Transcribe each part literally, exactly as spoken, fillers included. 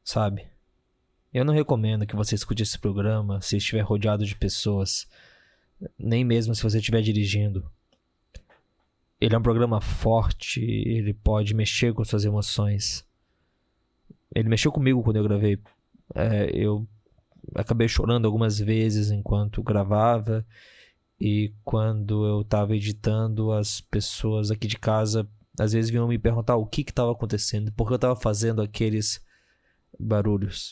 sabe? Eu não recomendo que você escute esse programa se estiver rodeado de pessoas, nem mesmo se você estiver dirigindo. Ele é um programa forte, ele pode mexer com suas emoções. Ele mexeu comigo quando eu gravei. É, eu acabei chorando algumas vezes enquanto gravava, e quando eu estava editando, as pessoas aqui de casa às vezes vinham me perguntar o que estava acontecendo, por que eu estava fazendo aqueles barulhos.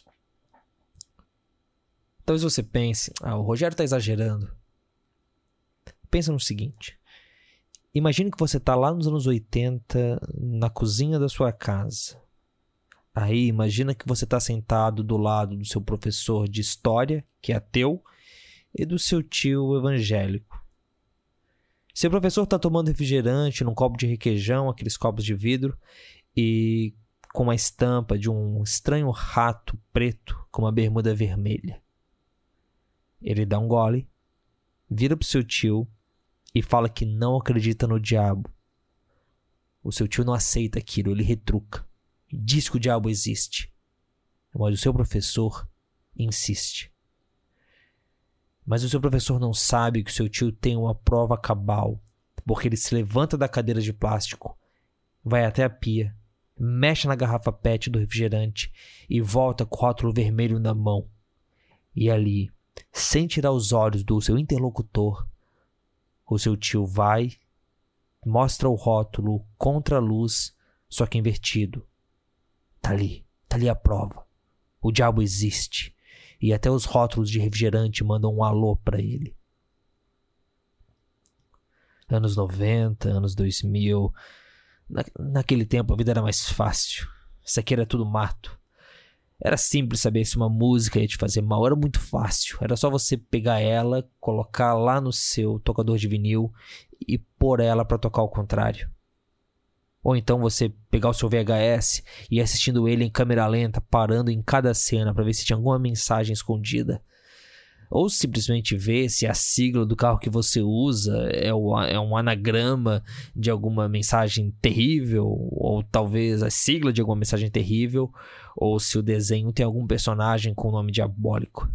Talvez você pense, ah, o Rogério está exagerando. Pensa no seguinte: imagine que você está lá nos anos oitenta, na cozinha da sua casa. Aí imagina que você está sentado do lado do seu professor de história, que é ateu, e do seu tio evangélico. Seu professor está tomando refrigerante num copo de requeijão, aqueles copos de vidro, e com uma estampa de um estranho rato preto com uma bermuda vermelha. Ele dá um gole, vira pro seu tio e fala que não acredita no diabo. O seu tio não aceita aquilo, ele retruca. Diz que o diabo existe. Mas o seu professor insiste. Mas o seu professor não sabe que o seu tio tem uma prova cabal, porque ele se levanta da cadeira de plástico, vai até a pia, mexe na garrafa pet do refrigerante e volta com o rótulo vermelho na mão. E ali, sem tirar os olhos do seu interlocutor, o seu tio vai, mostra o rótulo contra a luz, só que invertido. Tá ali, tá ali a prova. O diabo existe. E até os rótulos de refrigerante mandam um alô pra ele. Anos noventa, anos dois mil. Na, naquele tempo a vida era mais fácil. Isso aqui era tudo mato. Era simples saber se uma música ia te fazer mal. Era muito fácil. Era só você pegar ela, colocar lá no seu tocador de vinil e pôr ela pra tocar ao contrário. Ou então você pegar o seu V H S e ir assistindo ele em câmera lenta, parando em cada cena para ver se tinha alguma mensagem escondida. Ou simplesmente ver se a sigla do carro que você usa é, o, é um anagrama de alguma mensagem terrível, ou talvez a sigla de alguma mensagem terrível, ou se o desenho tem algum personagem com nome diabólico.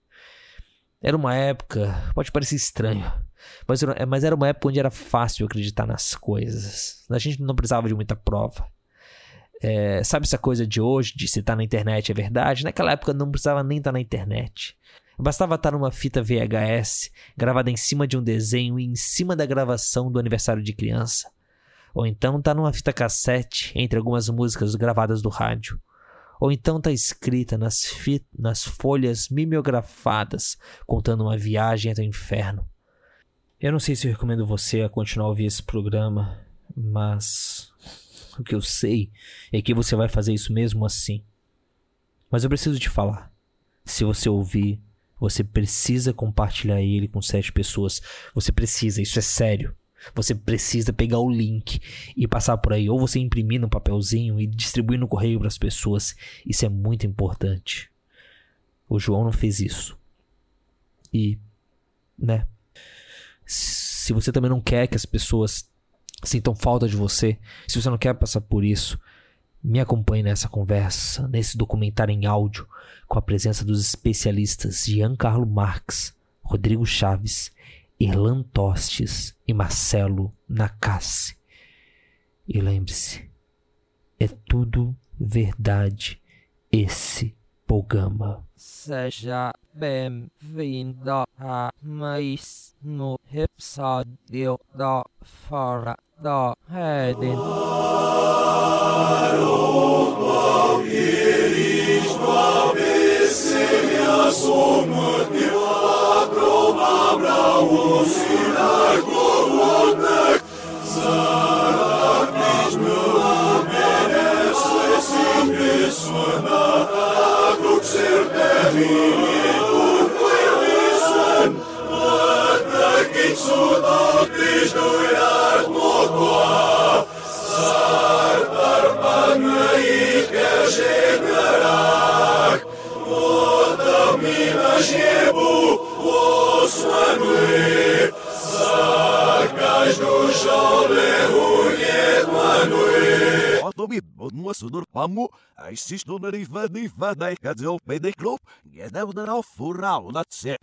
Era uma época, pode parecer estranho, mas era, mas era uma época onde era fácil acreditar nas coisas. A gente não precisava de muita prova. É, sabe essa coisa de hoje, de se tá na internet é verdade? Naquela época não precisava nem estar na internet. Bastava estar numa fita V H S, gravada em cima de um desenho e em cima da gravação do aniversário de criança. Ou então tá numa fita cassete, entre algumas músicas gravadas do rádio. Ou então tá escrita nas, fit- nas folhas mimeografadas, contando uma viagem até o inferno. Eu não sei se eu recomendo você a continuar a ouvir esse programa, mas o que eu sei é que você vai fazer isso mesmo assim. Mas eu preciso te falar. Se você ouvir, você precisa compartilhar ele com sete pessoas. Você precisa, isso é sério. Você precisa pegar o link e passar por aí. Ou você imprimir num papelzinho e distribuir no correio para as pessoas. Isso é muito importante. O João não fez isso. E, né? Se você também não quer que as pessoas sintam falta de você, se você não quer passar por isso, me acompanhe nessa conversa, nesse documentário em áudio, com a presença dos especialistas Giancarlo Marx, Rodrigo Chaves, Erlan Tostes e Marcelo Nakassi. E lembre-se, é tudo verdade esse programa. Seja bem-vindo a mais no episódio da Fora da Rede. Otobi, no sudor pamu, is nog niet van die van ik had zo bij de club. Je hebt er al vooral, that's it.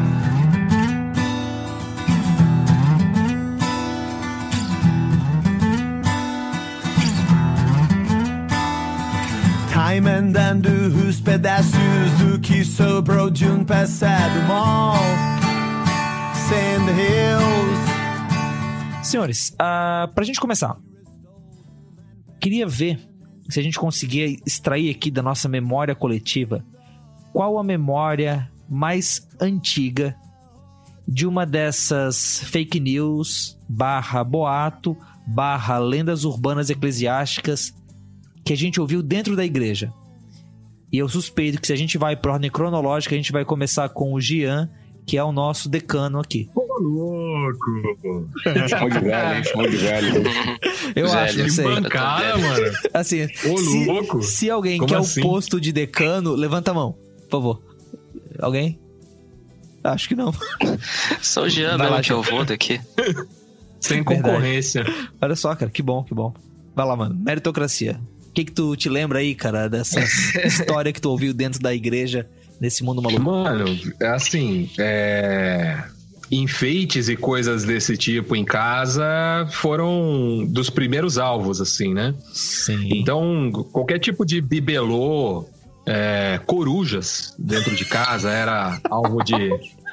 Timenden du huspedaços do que sobrou de um passado mal. Sand Hills. Senhores, uh, pra gente começar, queria ver se a gente conseguia extrair aqui da nossa memória coletiva qual a memória mais antiga de uma dessas fake news barra boato barra lendas urbanas eclesiásticas que a gente ouviu dentro da igreja. E eu suspeito que se a gente vai por ordem cronológica, a gente vai começar com o Gian, que é o nosso decano aqui. Ô, louco! Chamou de velho, hein? Chamou de velho. Eu Velho, acho, não Que sei. bancada, mano. Assim, Ô, se, louco! se alguém Como quer assim? o posto de decano, levanta a mão, por favor. Alguém? Acho que não. Só o Jean Vai lá, mesmo que Jean. eu vou daqui. Sem Verdade. concorrência. Olha só, cara, que bom, que bom. Vai lá, mano. Meritocracia. O que que tu te lembra aí, cara, dessa história que tu ouviu dentro da igreja, nesse mundo maluco? Mano, é assim, é... enfeites e coisas desse tipo em casa foram dos primeiros alvos, assim, né? Sim. Então, qualquer tipo de bibelô, é, corujas dentro de casa era alvo de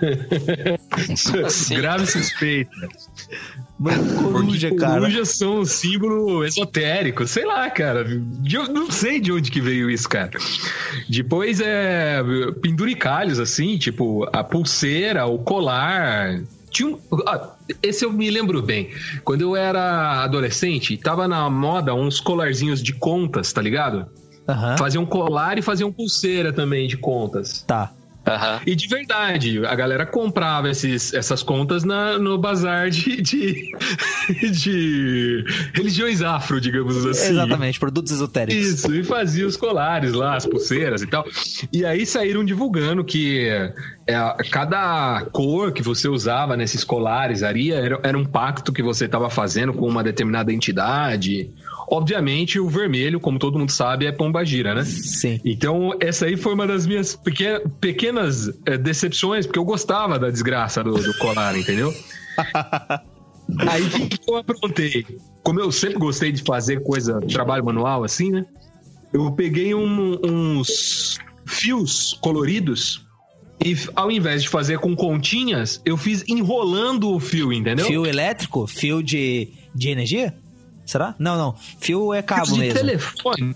Sim. grave suspeita. Mano, coruja, Porque cara. corujas são um símbolo esotérico, sei lá, cara. De- Eu não sei de onde que veio isso, cara. Depois é penduricalhos, assim, tipo a pulseira, o colar. Tinha um, ah, esse eu me lembro bem. Quando eu era adolescente, tava na moda uns colarzinhos de contas, tá ligado? Aham. Faziam colar e faziam pulseira também de contas. Tá. Aham. E de verdade, a galera comprava esses, essas contas na, no bazar de, de, de religiões afro, digamos assim. Exatamente, produtos esotéricos. Isso, e fazia os colares lá, as pulseiras e tal. E aí saíram divulgando que é, cada cor que você usava nesses colares ali era, era um pacto que você estava fazendo com uma determinada entidade. Obviamente, o vermelho, como todo mundo sabe, é pombagira, né? Sim. Então, essa aí foi uma das minhas pequen- pequenas eh, decepções, porque eu gostava da desgraça do, do colar, entendeu? Aí, o que que eu aprontei? Como eu sempre gostei de fazer coisa, trabalho manual assim, né? Eu peguei um- uns fios coloridos e, ao invés de fazer com continhas, eu fiz enrolando o fio, entendeu? Fio elétrico? Fio de, de energia? Será? Não, não. Fio é cabo Fio de mesmo. telefone.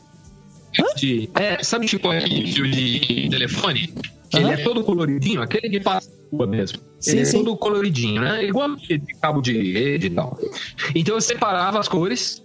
De, é, sabe tipo aquele fio de telefone? Que Aham. ele é todo coloridinho, aquele que passa na rua mesmo. Sim, ele é sim. todo coloridinho, né? Igual de cabo de rede e tal. Então eu separava as cores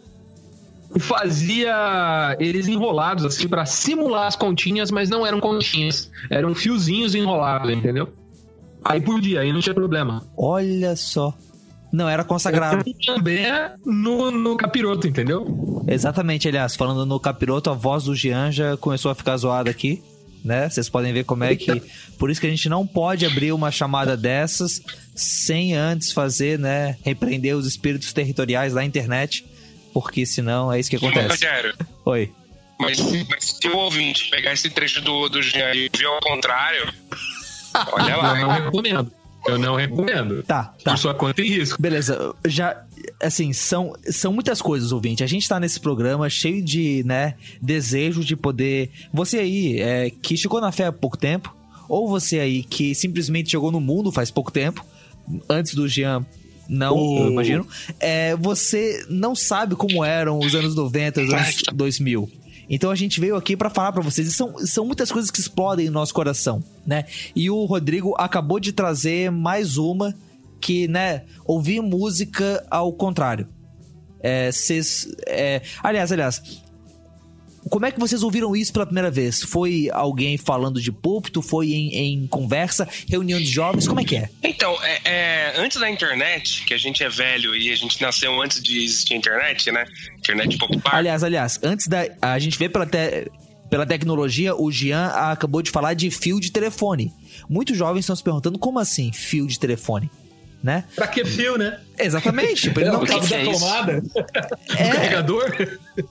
e fazia eles enrolados assim pra simular as continhas, mas não eram continhas, eram fiozinhos enrolados, entendeu? Aí podia, aí não tinha problema. Olha só. Não, era consagrado. Também é no, no capiroto, entendeu? Exatamente, aliás, falando no capiroto, a voz do Jean já começou a ficar zoada aqui, né? Vocês podem ver como é que... Por isso que a gente não pode abrir uma chamada dessas sem antes fazer, né? Repreender os espíritos territoriais da internet, porque senão é isso que acontece. Rogério, Oi. mas, mas se o ouvinte pegar esse trecho do, do Jean e ver ao contrário, olha Eu lá. não recomendo. Eu não recomendo. Tá, tá. Por sua conta e risco. Beleza, já, assim, são, são muitas coisas, ouvinte. A gente tá nesse programa cheio de, né, desejo de poder... Você aí, é, que chegou na fé há pouco tempo, ou você aí que simplesmente chegou no mundo faz pouco tempo, antes do Jean... Não, Oh. eu imagino. É, você não sabe como eram os anos noventa, os anos dois mil. Então a gente veio aqui pra falar pra vocês. E são, são muitas coisas que explodem no nosso coração, né? E o Rodrigo acabou de trazer mais uma que, né? Ouvir música ao contrário. É, cês, é, aliás, aliás... Como é que vocês ouviram isso pela primeira vez? Foi alguém falando de púlpito? Foi em, em conversa? Reunião de jovens? Como é que é? Então, é, é, antes da internet, que a gente é velho e a gente nasceu antes de existir a internet, né? Internet popular. Aliás, aliás, antes da... A gente vê pela, te, pela tecnologia, o Jean acabou de falar de fio de telefone. Muitos jovens estão se perguntando, como assim fio de telefone? Né? Pra que fio, né? Exatamente. Tipo, ele não o que Cabo que da é isso? tomada? É. O carregador?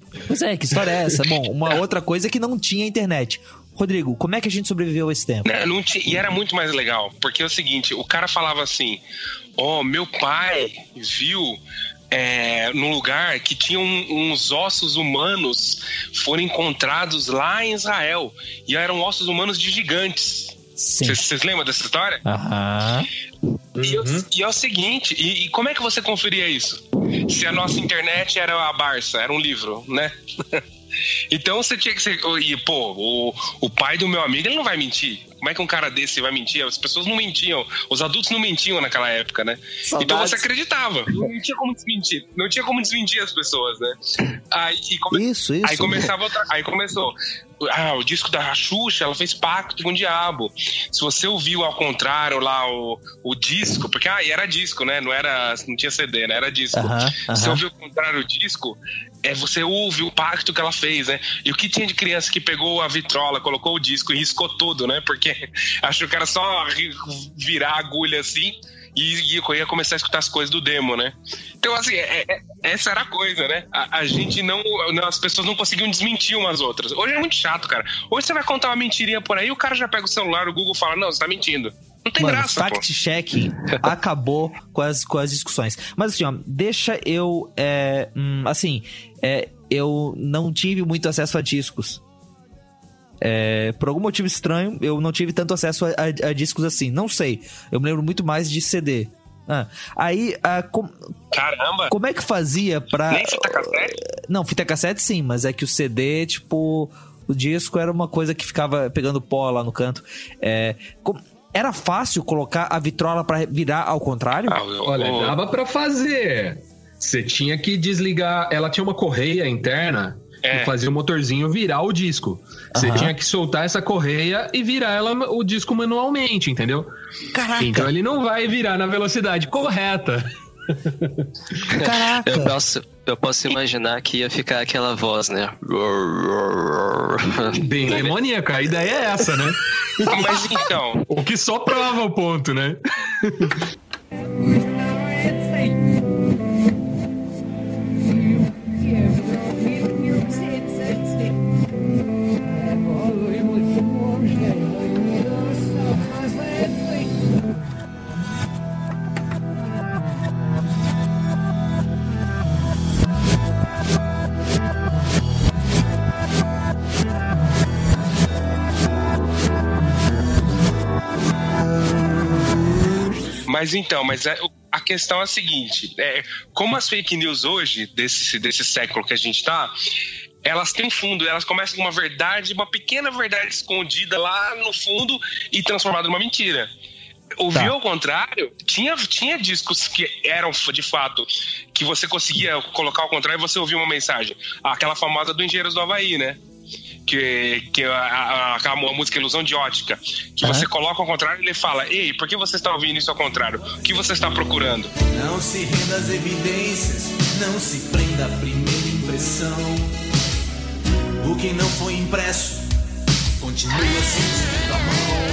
Pois é, que história é essa? Bom, uma outra coisa é que não tinha internet. Rodrigo, como é que a gente sobreviveu a esse tempo? Não, não tinha, e era muito mais legal, porque é o seguinte, o cara falava assim, ó, oh, meu pai viu é, num lugar que tinha um, uns ossos humanos, foram encontrados lá em Israel, e eram ossos humanos de gigantes. Vocês lembram dessa história? Aham. E, uhum. e é o seguinte, e, e como é que você conferia isso? Se a nossa internet era a Barça, era um livro, né? Então você tinha que ser. E, pô, o, o pai do meu amigo, ele não vai mentir. Como é que um cara desse vai mentir? As pessoas não mentiam. Os adultos não mentiam naquela época, né? Saudades. Então você acreditava. Não tinha como desmentir. Não tinha como desmentir as pessoas, né? Aí, come... Isso, isso. Aí começava outra... Aí começou. Ah, o disco da Xuxa, ela fez pacto com o diabo. Se você ouviu ao contrário lá o, o disco, porque ah, era disco, né? Não era, não tinha C D, né? Era disco. Uh-huh, uh-huh. Se você ouviu ao contrário o disco, é, você ouve o pacto que ela fez, né? E o que tinha de criança que pegou a vitrola, colocou o disco e riscou tudo, né? Porque achou que era só virar a agulha assim e, e ia começar a escutar as coisas do demo, né? Então, assim, é, é, essa era a coisa, né? A, a gente não, não... As pessoas não conseguiam desmentir umas outras. Hoje é muito chato, cara. Hoje você vai contar uma mentirinha por aí e o cara já pega o celular, o Google fala, não, você tá mentindo. Não tem Mano, graça, pô. Fact-checking acabou com as, com as discussões. Mas assim, ó, deixa eu... É, hum, assim, é, eu não tive muito acesso a discos. É, por algum motivo estranho, eu não tive tanto acesso a, a, a discos assim. Não sei. Eu me lembro muito mais de C D. Ah, aí, ah, com... Caramba! Como é que fazia pra... Nem fita cassete? Não, fita cassete sim, mas é que o C D, tipo... O disco era uma coisa que ficava pegando pó lá no canto. É... Com... Era fácil colocar a vitrola pra virar ao contrário? Ah, olha, dava pra fazer. Você tinha que desligar... Ela tinha uma correia interna... É. E fazia o motorzinho virar o disco. Você uhum. tinha que soltar essa correia e virar ela, o disco manualmente, entendeu? Caraca! Então ele não vai virar na velocidade correta. Caraca! Eu posso, eu posso imaginar que ia ficar aquela voz, né? Bem demoníaca, a ideia é essa, né? Mas então... O que só prova o ponto, né? Mas então, mas a, a questão é a seguinte, é, como as fake news hoje, desse, desse século que a gente tá, elas têm fundo, elas começam com uma verdade, uma pequena verdade escondida lá no fundo e transformada numa mentira. Ouvir tá. Ao contrário, tinha, tinha discos que eram de fato, que você conseguia colocar ao contrário e você ouvia uma mensagem. Aquela famosa do Engenheiros do Havaí, né? Que, que a, a, a, a música Ilusão de Ótica, que uhum. você coloca ao contrário e ele fala, ei, por que você está ouvindo isso ao contrário? O que você está procurando? Não se renda às evidências, não se prenda à primeira impressão. O que não foi impresso continua sentindo a mão.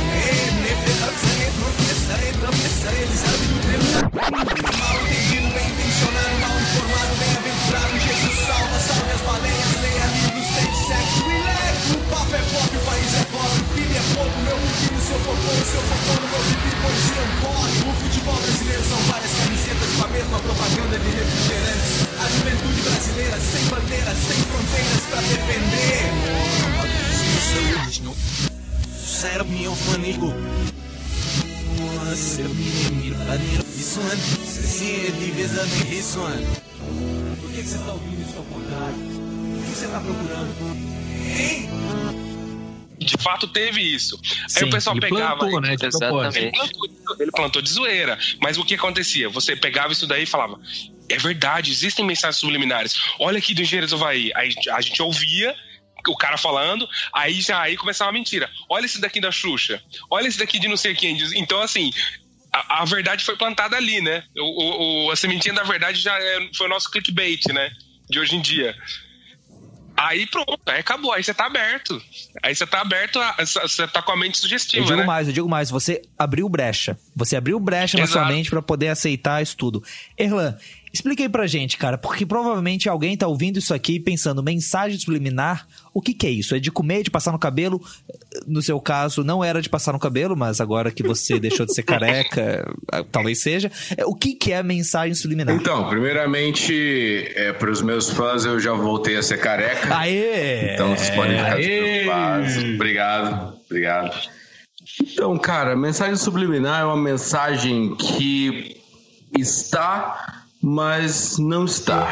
Mal entendido, bem intencionado, mal informado, bem aventurado. Jesus salva, salve as baleias, leia livros, tem sexo e leve. O papo é pop, o país é pobre, o filho é pouco, meu filho, seu fofão, seu fofão, no meu pipi, poesia um corre. O futebol brasileiro são várias camisetas com a mesma propaganda de refrigerantes. A juventude brasileira sem bandeiras, sem fronteiras pra defender. Serve me off, amigo. Serve me isso é divisa de isso. Por que você tá ouvindo isso ao contrário? O que você tá procurando? Hein? De fato teve isso. Sim, aí o pessoal ele pegava. Plantou, né, exatamente. Ele plantou, ele plantou de zoeira. Mas o que acontecia? Você pegava isso daí e falava: é verdade, existem mensagens subliminares. Olha aqui do Engenheiros do Havaí. Aí a gente ouvia o cara falando, aí já aí começava a mentira. Olha esse daqui da Xuxa. Olha esse daqui de não sei quem. Então, assim, a, a verdade foi plantada ali, né? O, o, a sementinha da verdade já é, foi o nosso clickbait, né? De hoje em dia. Aí pronto, aí acabou, aí você tá aberto. Aí você tá aberto, a, você tá com a mente sugestiva, Eu digo né? mais, eu digo mais, você abriu brecha. Você abriu brecha Exato. Na sua mente pra poder aceitar isso tudo. Erlan, Explica aí pra gente, cara, porque provavelmente alguém tá ouvindo isso aqui pensando, mensagem subliminar, o que que é isso? É de comer, de passar no cabelo? No seu caso, não era de passar no cabelo, mas agora que você deixou de ser careca, talvez seja. O que que é mensagem subliminar? Então, primeiramente, é, pros meus fãs, eu já voltei a ser careca. Aê! Então, vocês podem ficar Aê! despreocupados. Obrigado, obrigado. Então, cara, mensagem subliminar é uma mensagem que está... mas não está.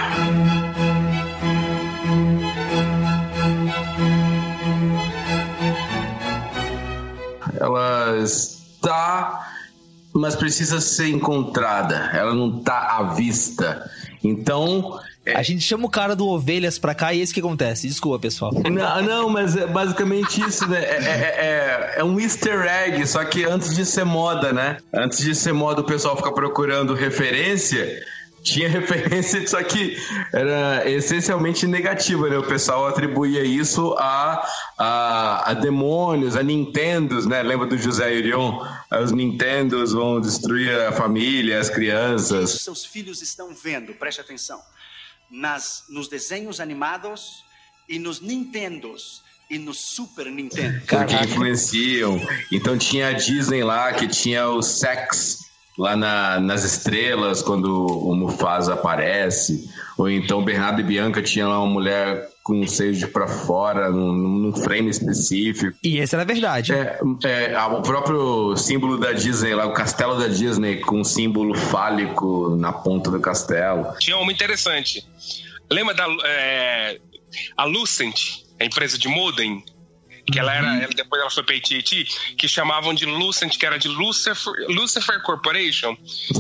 Ela está, mas precisa ser encontrada. Ela não está à vista. Então... A gente chama o cara do Ovelhas pra cá e é isso que acontece. Desculpa, pessoal. Não, não, mas é basicamente isso, né? É, é, é, é um easter egg, só que antes de ser moda, né? Antes de ser moda, o pessoal fica procurando referência... Tinha referência, só que era essencialmente negativa, né? O pessoal atribuía isso a, a, a demônios, a Nintendos, né? Lembra do José Irion? Os Nintendos vão destruir a família, as crianças. Os seus filhos estão vendo, preste atenção, nas, nos desenhos animados e nos Nintendos e no Super Nintendo. Porque influenciam. Então tinha a Disney lá, que tinha o Sex... lá na, nas estrelas, quando o Mufasa aparece, ou então Bernardo e Bianca tinha lá uma mulher com o seio de pra fora, num, num frame específico. E essa era a verdade. É, é, o próprio símbolo da Disney lá, o castelo da Disney, com um símbolo fálico na ponta do castelo. Tinha uma interessante. Lembra da é, a Lucent, a empresa de modem? Que ela era, ela, depois ela foi pra A T and T, que chamavam de Lucent, que era de Lucifer, Lucifer Corporation.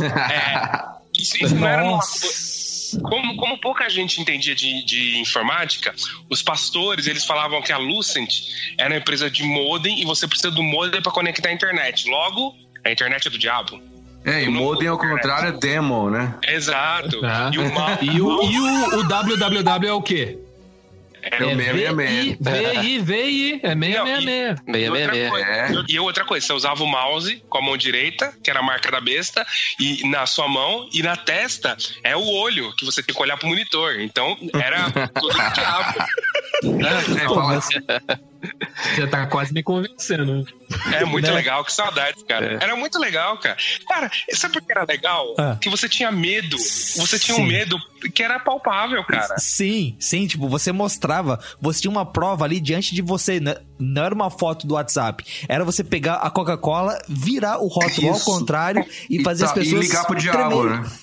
É, isso, isso não era uma, como, como pouca gente entendia de, de informática, os pastores, eles falavam que a Lucent era uma empresa de modem e você precisa do modem para conectar a internet. Logo, a internet é do diabo. É, e modem ao contrário é demo, né? Exato. Ah. E, o, mal, E, o, e o, o W W W é o quê? É o seiscentos e sessenta e seis. V I, V I, é seiscentos e sessenta e seis. E outra, seiscentos e sessenta e seis. coisa, É. e outra coisa, você usava o mouse com a mão direita, que era a marca da besta, e na sua mão, e na testa é o olho, que você tem que olhar pro monitor. Então, era tudo do diabo. É, fala assim. Você tá quase me convencendo. É muito legal, que saudades, cara. Era muito legal, cara. Cara, sabe por que era legal? Ah. Que você tinha medo. Você tinha um Sim. medo que era palpável, cara. Sim, sim, tipo, você mostrava, você tinha uma prova ali diante de você, né? Não era uma foto do WhatsApp, era você pegar a Coca-Cola, virar o rótulo ao Isso. contrário e fazer tá, as pessoas E ligar pro diabo, tremerem. né?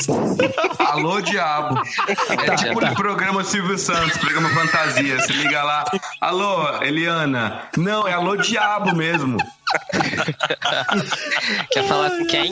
Alô, diabo. É tipo o programa Silvio Santos, programa Fantasia. Você liga lá, alô, Eliana. Não, é alô, diabo mesmo. Quer falar com quem?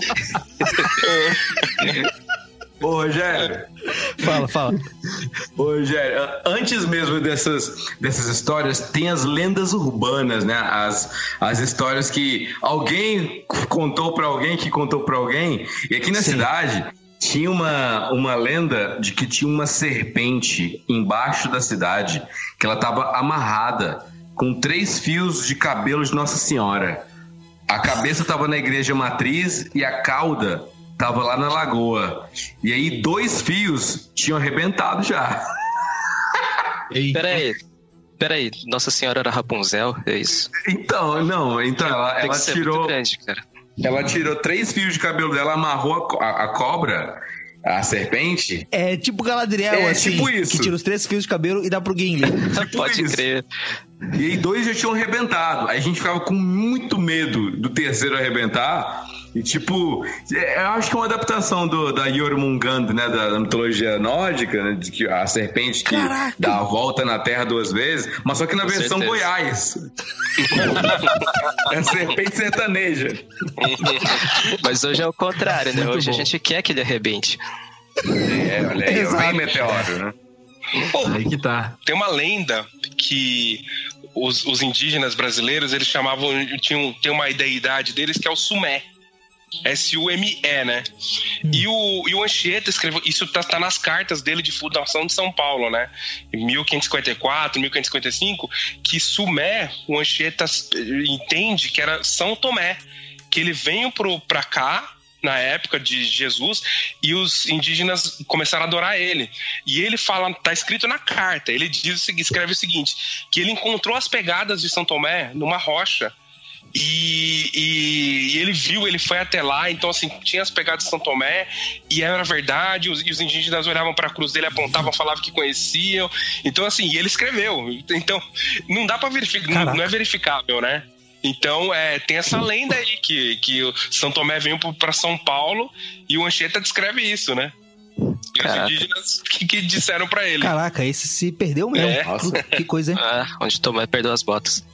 Ô, Rogério. Fala, fala. Ô, Rogério, antes mesmo dessas, dessas histórias, tem as lendas urbanas, né? As, as histórias que alguém contou pra alguém que contou pra alguém. E aqui na Sim. cidade tinha uma, uma lenda de que tinha uma serpente embaixo da cidade, que ela tava amarrada com três fios de cabelo de Nossa Senhora. A cabeça tava na igreja matriz e a cauda tava lá na lagoa. E aí dois fios tinham arrebentado já. Peraí. Peraí, Nossa Senhora era Rapunzel, é isso? Então, não, então ela, Tem ela que ser tirou. muito grande, cara. Ela tirou três fios de cabelo dela, amarrou a, co- a- a cobra, a serpente. É tipo Galadriel, É, assim, tipo isso. que tira os três fios de cabelo e dá pro Gimli. Pode isso. crer. E aí dois já tinham arrebentado. Aí a gente ficava com muito medo do terceiro arrebentar. E tipo, é, eu acho que é uma adaptação do, da Jormungand, né? Da, da mitologia nórdica, né? De que a serpente que Caraca. dá a volta na Terra duas vezes, mas só que na Com versão certeza. Goiás. É a serpente sertaneja. Mas hoje é o contrário, né? Muito Hoje bom. a gente quer que ele arrebente. É, olha aí, Exato. vem meteoro, né? Pô, Aí que tá. tem uma lenda que os, os indígenas brasileiros, eles chamavam, tinham, tem uma deidade deles que é o Sumé. S U M E, né? E o, e o Anchieta escreveu, isso tá, tá nas cartas dele de fundação de São Paulo, né? Em mil quinhentos e cinquenta e quatro, mil quinhentos e cinquenta e cinco, que Sumé, o Anchieta entende que era São Tomé, que ele veio pro, pra cá na época de Jesus, e os indígenas começaram a adorar ele. E ele fala, tá escrito na carta, ele diz, escreve o seguinte, que ele encontrou as pegadas de São Tomé numa rocha, e, e, e ele viu, ele foi até lá, então assim, tinha as pegadas de São Tomé, e era verdade, os, e os indígenas olhavam para a cruz dele, apontavam, falavam que conheciam, então assim, e ele escreveu, então não dá para verificar, não, não é verificável, né? Então, é, tem essa lenda aí que, que o São Tomé veio para São Paulo e o Anchieta descreve isso, né? E Caraca. os indígenas que, que disseram pra ele. Caraca, esse se perdeu mesmo. É. Que coisa, hein? Ah, onde Tomé perdeu as botas.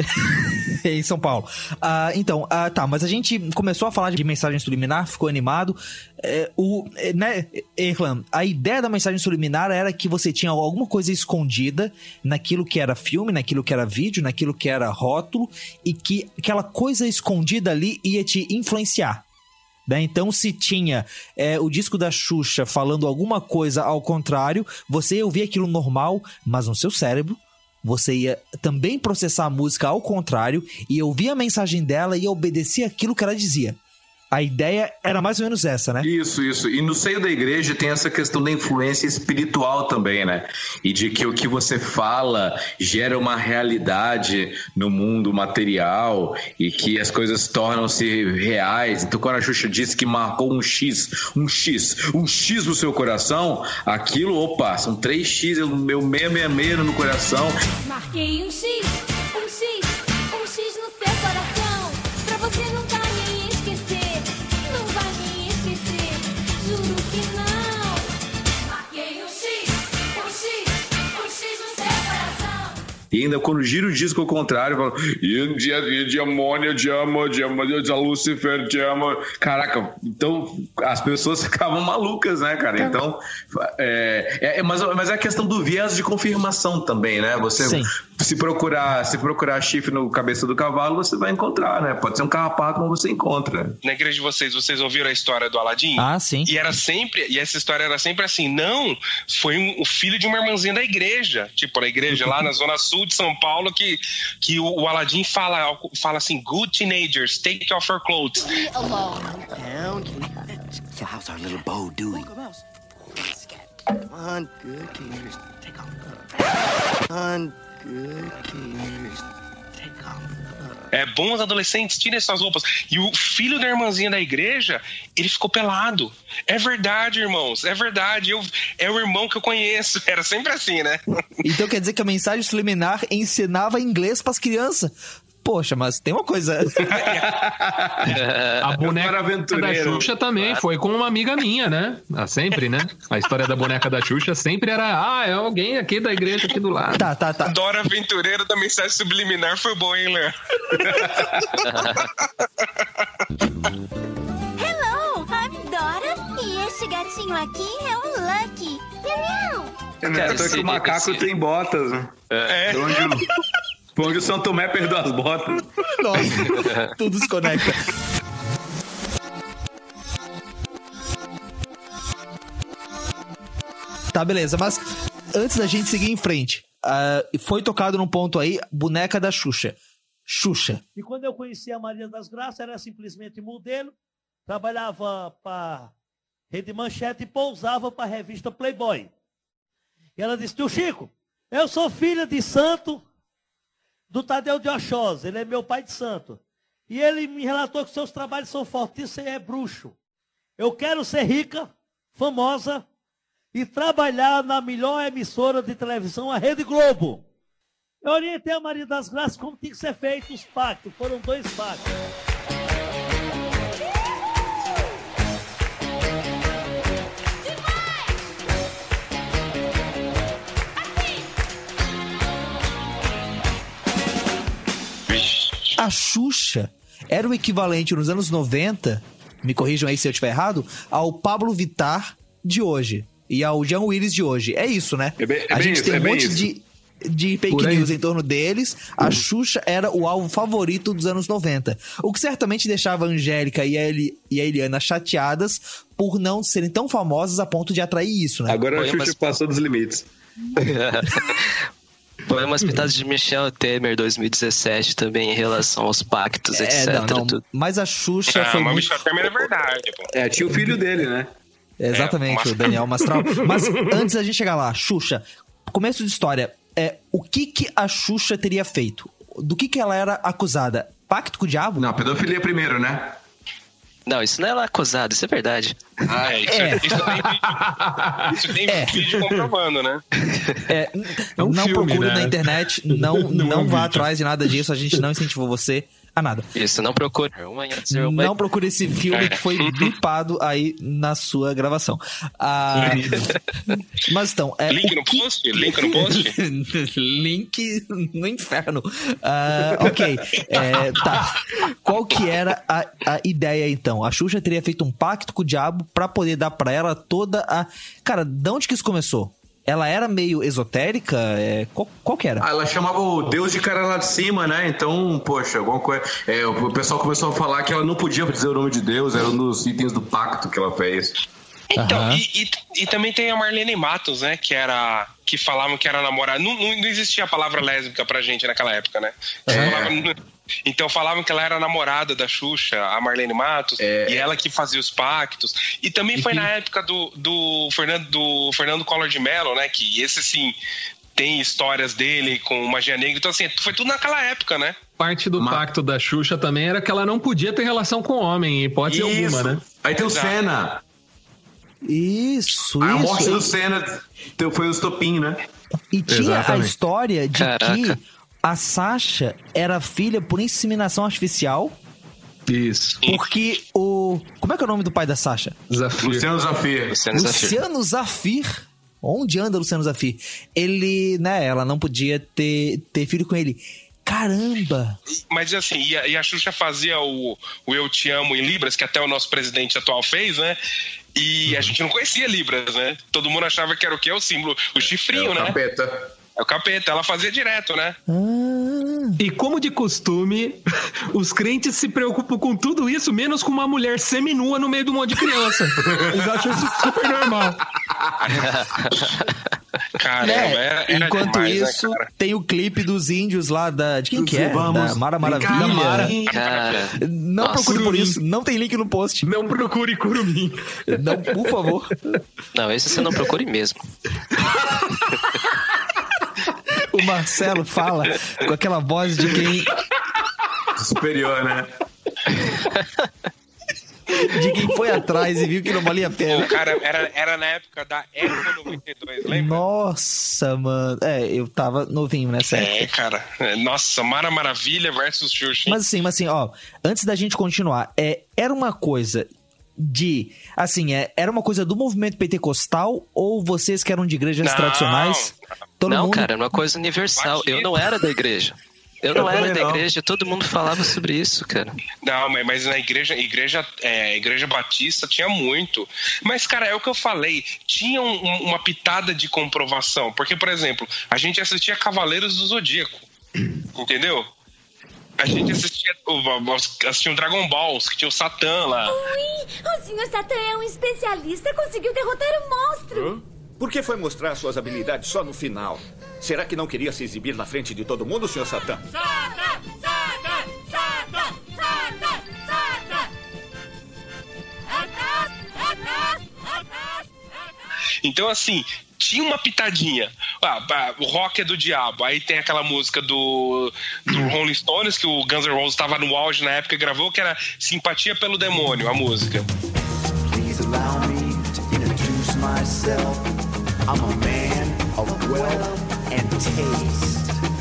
É. Em São Paulo. Ah, então, ah, tá, mas a gente começou a falar de mensagem subliminar, ficou animado. É, o, é, né, Erlan, a ideia da mensagem subliminar era que você tinha alguma coisa escondida naquilo que era filme, naquilo que era vídeo, naquilo que era rótulo, e que aquela coisa escondida ali ia te influenciar. Né? Então, se tinha é, o disco da Xuxa falando alguma coisa ao contrário, você ia ouvir aquilo normal, mas no seu cérebro você ia também processar a música ao contrário, ia ouvir a mensagem dela e ia obedecer aquilo que ela dizia. A ideia era mais ou menos essa, né? Isso, isso. E no seio da igreja tem essa questão da influência espiritual também, né? E de que o que você fala gera uma realidade no mundo material e que as coisas tornam-se reais. Então, quando a Xuxa disse que marcou um X, um X, um X no seu coração, aquilo, opa, são três X, o meu seiscentos e sessenta e seis no coração. Marquei um X, um X, um X no seu coração, pra você nunca me esquecer, não vai me esquecer, juro que não. Marquei um X, um X, um X no seu coração. E ainda quando gira o disco ao contrário, fala, e dia de amônia, de amo, de amo, de Lucifer, de amo. Caraca, então as pessoas ficavam malucas, né, cara? Então, é, é, mas, mas é a questão do viés de confirmação também, né? Você Sim. se procurar, se procurar chifre no cabeça do cavalo, você vai encontrar, né? Pode ser um carrapato, mas você encontra. Na igreja de vocês, vocês ouviram a história do Aladim? Ah, sim. E era sempre, e essa história era sempre assim, não, foi um, o filho de uma irmãzinha da igreja, tipo, na igreja lá na zona sul de São Paulo, que, que o, o Aladim fala, fala assim, good teenagers, take off your clothes. So how's our little bow doing? Come on, good teenagers, take off. Come on, good teenagers, take off. É, bons adolescentes, tirem suas roupas. E o filho da irmãzinha da igreja, ele ficou pelado. É verdade, irmãos, é verdade. Eu, é o irmão que eu conheço. Era sempre assim, né? Então quer dizer que a mensagem subliminar ensinava inglês pras crianças. Poxa, mas tem uma coisa... A boneca da Xuxa também foi com uma amiga minha, né? Ah, sempre, né? A história da boneca da Xuxa sempre era, ah, é alguém aqui da igreja aqui do lado. Tá, tá, tá. Dora Aventureira da mensagem subliminar foi bom, hein, Léo? Hello, I'm Dora e este gatinho aqui é o Lucky. Miau, miau. Eu tô aqui, o macaco tem botas, né? É. Onde o... Onde o São Tomé perdeu as botas. Nossa, tudo se conecta. Tá, beleza, mas antes da gente seguir em frente, uh, foi tocado num ponto aí, boneca da Xuxa. Xuxa. E quando eu conheci a Maria das Graças, era simplesmente modelo, trabalhava para Rede Manchete e pousava para a revista Playboy. E ela disse, tio Chico, eu sou filha de santo do Tadeu de Oxóssi, ele é meu pai de santo. E ele me relatou que seus trabalhos são fortíssimos, você é bruxo. Eu quero ser rica, famosa e trabalhar na melhor emissora de televisão, a Rede Globo. Eu orientei a Maria das Graças como tinha que ser feito os pactos, foram dois pactos. A Xuxa era o equivalente nos anos noventa, me corrijam aí se eu estiver errado, ao Pablo Vittar de hoje e ao Jean Willis de hoje. É isso, né? É bem, é a gente isso, tem é um monte isso. de, de fake news em torno deles. A Xuxa era o alvo favorito dos anos noventa. O que certamente deixava a Angélica e a, Eli, e a Eliana chateadas por não serem tão famosas a ponto de atrair isso, né? Agora a Olha, Xuxa mas... passou dos limites. Foi umas pitadas de Michel Temer dois mil e dezessete também em relação aos pactos, É, etcétera. não, não, tudo. mas a Xuxa Ah, foi mas o muito... Michel Temer é verdade, pô. É, tinha o filho dele, né? Exatamente, É, o Daniel Mastral. Mas antes da gente chegar lá, Xuxa, começo de história, é, o que que a Xuxa teria feito? Do que que ela era acusada? Pacto com o diabo? Não, pedofilia primeiro, né? Não, isso não é lá acusado, isso é verdade. Ah, é, isso, É. isso tem vídeo, isso tem É. vídeo comprovando, né? É, É um não filme, procure né? na internet, não, Não não, é um vá vídeo. atrás de nada disso, a gente não incentivou você a nada. Isso, não procure. Não procure esse filme É. que foi bipado aí na sua gravação. Ah, mas então, é, Link o no que- post? Link no post? Link no inferno. Ah, ok, é, tá. Qual que era a, a ideia então? A Xuxa teria feito um pacto com o diabo pra poder dar pra ela toda a... Cara, de onde que isso começou? Ela era meio esotérica? É, qual, qual que era? Ah, ela chamava o Deus de cara lá de cima, né? Então, poxa, alguma coisa. É, o pessoal começou a falar que ela não podia dizer o nome de Deus, era um dos itens do pacto que ela fez. Então, Aham. e, e, e também tem a Marlene Matos, né? Que era. Que falavam que era namorada. Não, não, não existia a palavra lésbica pra gente naquela época, né? É. Falavam- então falavam que ela era namorada da Xuxa, a Marlene Matos, É. e ela que fazia os pactos. E também foi na época do, do, Fernando, do Fernando Collor de Mello, né? Que esse sim tem histórias dele com magia negra. Então, assim, foi tudo naquela época, né? Parte do Ma- pacto da Xuxa também era que ela não podia ter relação com homem, em hipótese alguma, né? Aí tem o Exato. Senna. Isso, A isso. morte do E- Senna foi o estopim, né? E tinha a Exatamente. história de Caraca. que a Sasha era filha por inseminação artificial, Isso. porque o... Como é que é o nome do pai da Sasha? Desafio. Luciano Zafir. Luciano Zafir. Luciano Zafir. Onde anda Luciano Zafir? Ele, né, ela não podia ter, ter filho com ele. Caramba! Mas assim, e a, e a Xuxa fazia o, o Eu Te Amo em Libras, que até o nosso presidente atual fez, né? E a gente não conhecia Libras, né? Todo mundo achava que era o quê? O símbolo, o chifrinho, É o né? capeta. É o capeta, ela fazia direto, né? Ah, E como de costume, os crentes se preocupam com tudo isso, menos com uma mulher seminua no meio de um monte de criança. Eles acham isso super normal. Caramba, né? era, era Enquanto demais, né, isso, cara? tem o clipe dos índios lá da... De quem Dos que é? Vamos. Da Mara Vem cá, Maravilha. Mara. Cara, Não Nossa. procure por Curumim. isso. Não tem link no post. Não procure curumim. Não, por favor. não, esse você não procure mesmo. O Marcelo fala com aquela voz de quem... Superior, né? De quem foi atrás e viu que não valia a O pena. cara era, era na época da Eco noventa e dois, lembra? Nossa, mano. É, eu tava novinho nessa época. É, cara. É, Nossa, Mara Maravilha versus Xuxa. Mas assim, mas assim, ó, antes da gente continuar, é, era uma coisa de, assim, é, era uma coisa do movimento pentecostal ou vocês que eram de igrejas Não. tradicionais? Todo não, mundo... cara, era uma coisa universal. Eu não era da igreja. Eu não Eu era também da não. igreja, todo mundo falava sobre isso, cara. Não, mas, mas na igreja, igreja, é, igreja batista tinha muito. Mas, cara, é o que eu falei. Tinha um- um- uma pitada de comprovação. Porque, por exemplo, a gente assistia Cavaleiros do Zodíaco. Entendeu? A gente assistia, o- assistia um Dragon Balls, que tinha o Satã lá. Ui, o senhor Satã é um especialista, conseguiu derrotar o monstro. Por que foi mostrar suas habilidades só no final? Será que não queria se exibir na frente de todo mundo, senhor Satã? Satã, Satã, Satã, Satã, Satã. Atrás, atrás, atrás. Então, assim, tinha uma pitadinha. Ah, ah, o rock é do diabo. Aí tem aquela música do, do Rolling Stones, que o Guns N' Roses estava no auge na época e gravou, que era Simpatia pelo Demônio, a música. Please allow me to introduce myself. I'm a man of wealth and taste.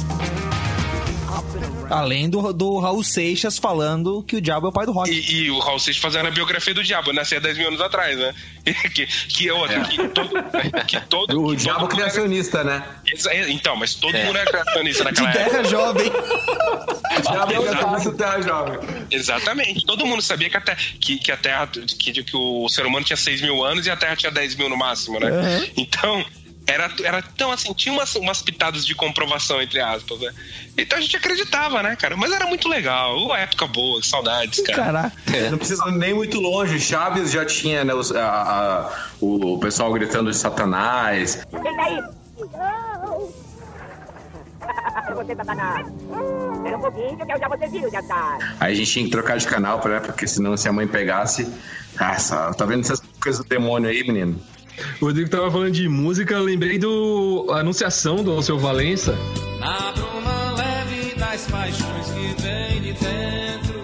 Além do, do Raul Seixas falando que o diabo é o pai do rock. E, e o Raul Seixas fazendo a biografia do diabo, nasceu há dez mil anos atrás, né? que, que, outra, que todo... Que todo O que diabo todo criacionista, né? Exa- Então, mas todo É. mundo era criacionista De naquela época. terra jovem. O diabo criacionista terra jovem. Exatamente. Todo mundo sabia que a Terra, que, que, a terra que, que o ser humano tinha seis mil anos e a Terra tinha dez mil no máximo, né? Uhum. Então, era, era então assim, tinha umas, umas pitadas de comprovação, entre aspas, né? Então a gente acreditava, né, cara? Mas era muito legal. Uma época boa, saudades, cara. Caraca. Não precisa nem muito longe. Chaves já tinha, né, os- a- a- o pessoal gritando de Satanás. você, Satanás. Espera um pouquinho que eu já vou servir o jantar. Aí a gente tinha que trocar de canal, né? Porque senão se a mãe pegasse... Nossa, tá vendo essas coisas do demônio aí, menino? O Rodrigo tava falando de música, eu lembrei do a Anunciação do Alceu Valença. Na bruma leve das paixões que vem de dentro,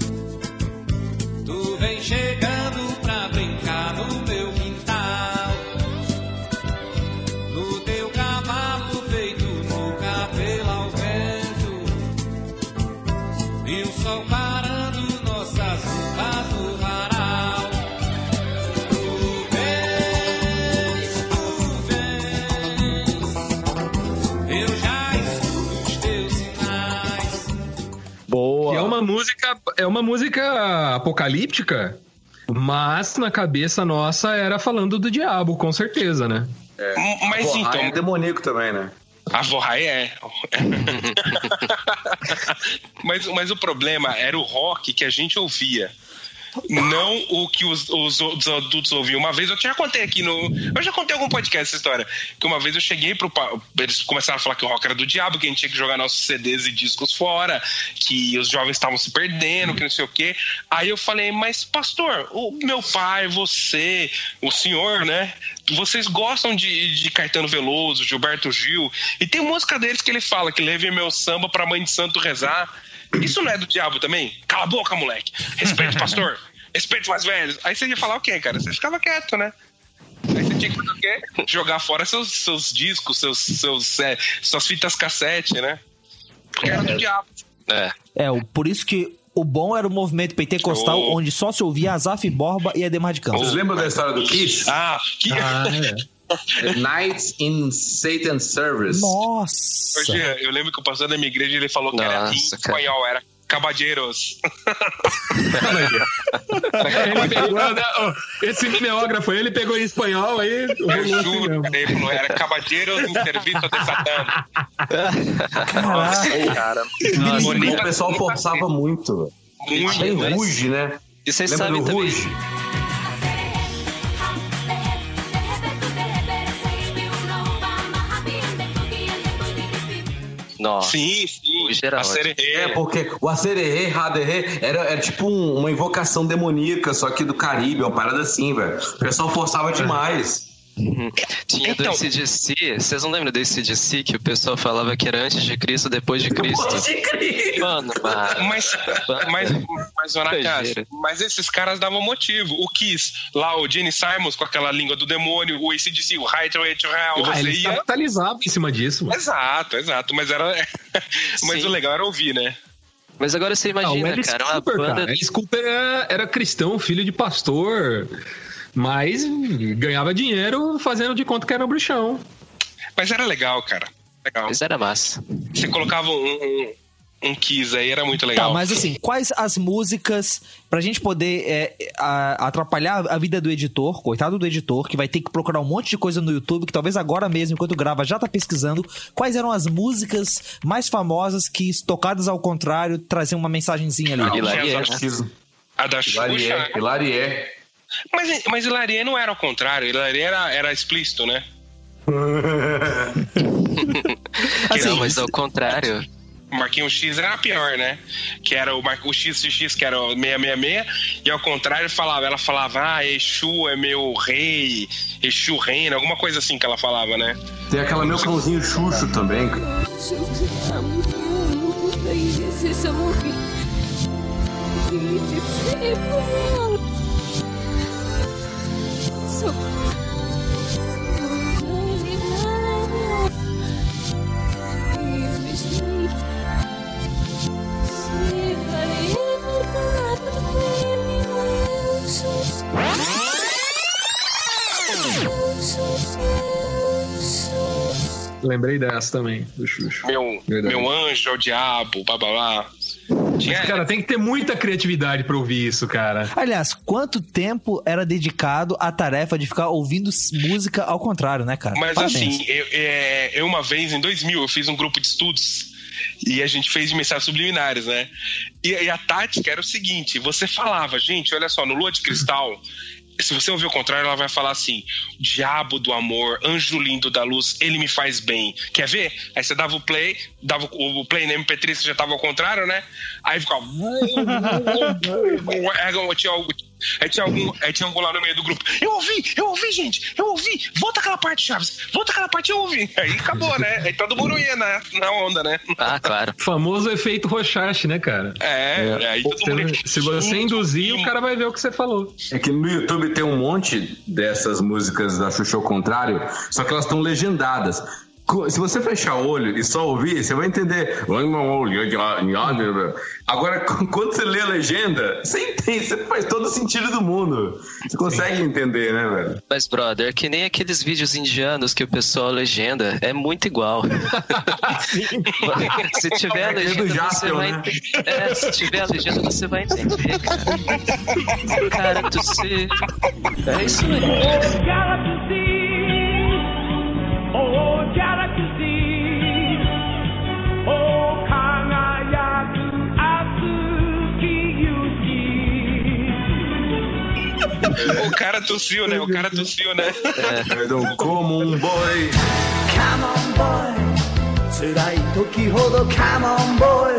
tu vem chegando pra brincar no meu quintal, no teu cavalo feito no cabelo ao vento, e o sol parando nossas roupas no varal. Tu vens, tu vens, eu já escuto os teus sinais. Boa. Que é uma música, é uma música apocalíptica, mas na cabeça nossa era falando do diabo, com certeza, né? É. Mas Porra, então... é demoníaco também, né? A Vorrai é. mas, mas o problema era o rock que a gente ouvia. Não o que os, os, os adultos ouviam. Uma vez, eu já contei aqui no... Eu já contei em algum podcast essa história. Que uma vez eu cheguei pro... Eles começaram a falar que o rock era do diabo, que a gente tinha que jogar nossos C Ds e discos fora, que os jovens estavam se perdendo, que não sei o quê. Aí eu falei, mas pastor, o meu pai, você, o senhor, né? Vocês gostam de, de Caetano Veloso, Gilberto Gil, e tem música deles que ele fala que leve meu samba pra mãe de santo rezar. Isso não é do diabo também? Cala a boca, moleque. Respeito, pastor. Respeito mais velhos. Aí você ia falar o quê, cara? Você ficava quieto, né? Aí você tinha que fazer o quê? Jogar fora seus, seus discos, seus, seus, é, suas fitas cassete, né? Porque era do diabo. É. É, por isso que o bom era o movimento pentecostal, oh. onde só se ouvia Azaf Borba e Ademar de Campos. Vocês lembram da história do Kiss? Ah, que... ah é. Nights in Satan's Service. Nossa! Hoje, eu lembro que o pastor da minha igreja ele falou que Nossa, era em espanhol, era Caballeiros. Ele pegou, né? Esse mimeógrafo aí, ele pegou em espanhol aí. Eu juro, assim ele falou, era Caballeiros em serviço de Satã. Caraca, cara. Nossa, o pessoal forçava muito. Muito. Tem Ruge, né? E vocês Lembra sabem do também. Ruge? Nossa. Sim, sim. É, porque o Acererê, Raderê, era, era tipo um, uma invocação demoníaca, só que do Caribe, uma parada assim, velho. O pessoal forçava demais. Uhum. Tinha então, do A C D C, vocês não lembram do A C D C que o pessoal falava que era antes de Cristo, depois de Cristo? Depois de Cristo. Mano, mano. Mas, mas, mas, mas, mas esses caras davam motivo. O Kiss, lá o Gene Simons com aquela língua do demônio, o A C D C, o High Rate Real. Ah, eles ia... capitalizavam em cima disso. Mano. Exato, exato. Mas, era... mas o legal era ouvir, né? Mas agora você imagina, ah, cara, uma Cooper, banda... cara. Alice Cooper era, era cristão, filho de pastor... Mas ganhava dinheiro fazendo de conta que era um bruxão. Mas era legal, cara. Legal. Mas era massa. Você colocava um, um, um Kiss aí, era muito legal. Tá, mas assim, quais as músicas pra gente poder é, a, atrapalhar a vida do editor, coitado do editor, que vai ter que procurar um monte de coisa no YouTube, que talvez agora mesmo, enquanto grava, já tá pesquisando. Quais eram as músicas mais famosas que, tocadas ao contrário, traziam uma mensagenzinha ali? Ah, Hilarie, né? A da Xuxa. Hilarie, Hilarie. Mas, mas Hilarie não era ao contrário, Hilarie era, era explícito, né? assim, não, mas ao contrário. O Marquinhos X era pior, né? Que era o, Mar... o X X, que era o seiscentos e sessenta e seis, e ao contrário falava, ela falava, ah, Exu é meu rei, Exu reina, alguma coisa assim que ela falava, né? Tem aquela meu cãozinho Xuxo também. Lembrei dessa também, do Xuxo. Meu, meu anjo é o diabo, bababá. Tinha... Mas, cara, tem que ter muita criatividade pra ouvir isso, cara. Aliás, quanto tempo era dedicado à tarefa de ficar ouvindo música ao contrário, né, cara? Mas Parabéns. assim, eu, é, eu uma vez, em dois mil, eu fiz um grupo de estudos e a gente fez de mensagens subliminares, né? E, e a tática era o seguinte, você falava, gente, olha só, no Lua de Cristal se você ouvir o contrário, ela vai falar assim: diabo do amor, anjo lindo da luz, ele me faz bem. Quer ver? Aí você dava o play, dava o play no M P três, que já tava ao contrário, né? Aí ficava. Aí tinha algum, aí tinha algum lá no meio do grupo. Eu ouvi, eu ouvi, gente, eu ouvi. Volta aquela parte, Chaves. Volta aquela parte, eu ouvi. Aí acabou, né? Aí todo mundo ia na, na onda, né? Ah, claro. Famoso efeito Rochache, né, cara? É, é. Aí todo você, mundo... Se você induzir, o cara vai ver o que você falou. É que no YouTube tem um monte dessas músicas da Xuxa ao contrário, só que elas estão legendadas. Se você fechar o olho e só ouvir, você vai entender. Agora, quando você lê a legenda, você entende, você faz todo o sentido do mundo. Você consegue entender, né, velho? Mas, brother, é que nem aqueles vídeos indianos que o pessoal legenda, é muito igual. Se tiver a legenda, você Jaspion, vai né? entender. É, se tiver a legenda, você vai entender. Cara, tu se... É isso aí. O cara tossiu, né? O cara tossiu, né? É, como um boy. Come on, boy. Tsurai toki hodo, come on, boy.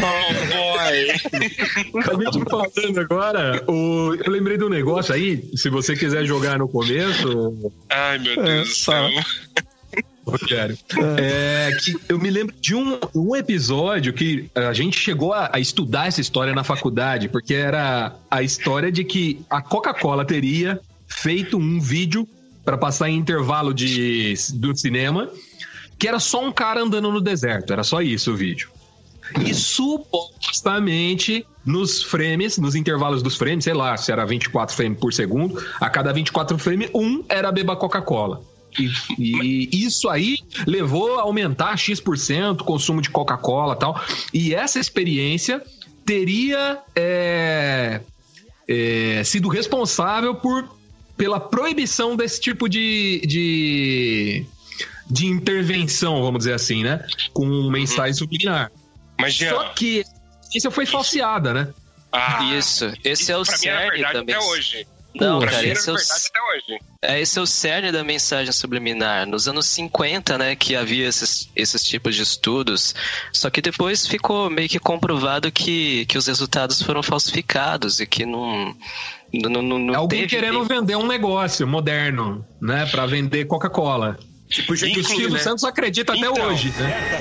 Come on, boy. A gente falando agora, o... eu lembrei de um negócio aí, se você quiser jogar no começo... Ai, meu Deus do céu. Rogério, é, que eu me lembro de um, um episódio que a gente chegou a, a estudar essa história na faculdade, porque era a história de que a Coca-Cola teria feito um vídeo para passar em intervalo de, do cinema, que era só um cara andando no deserto, era só isso o vídeo. E supostamente nos frames, nos intervalos dos frames, sei lá, se era vinte e quatro frames por segundo, a cada vinte e quatro frames, um era beba Coca-Cola. E, e isso aí levou a aumentar X% o consumo de Coca-Cola e tal. E essa experiência teria é, é, sido responsável por, pela proibição desse tipo de, de, de intervenção, vamos dizer assim, né? Com mensagem subliminar. Mas, Jean, só que isso foi falseada, né? Ah, isso, esse isso é o cerne também. Até hoje. Não, Pô, cara, esse é, o, até hoje. é, esse é o cerne da mensagem subliminar. Nos anos cinquenta, né, que havia esses, esses tipos de estudos, só que depois ficou meio que comprovado que, que os resultados foram falsificados e que não... não, não, não Alguém teve querendo bem... vender um negócio moderno, né, pra vender Coca-Cola. Tipo, que o Silvio né? Santos acredita então, até hoje, né?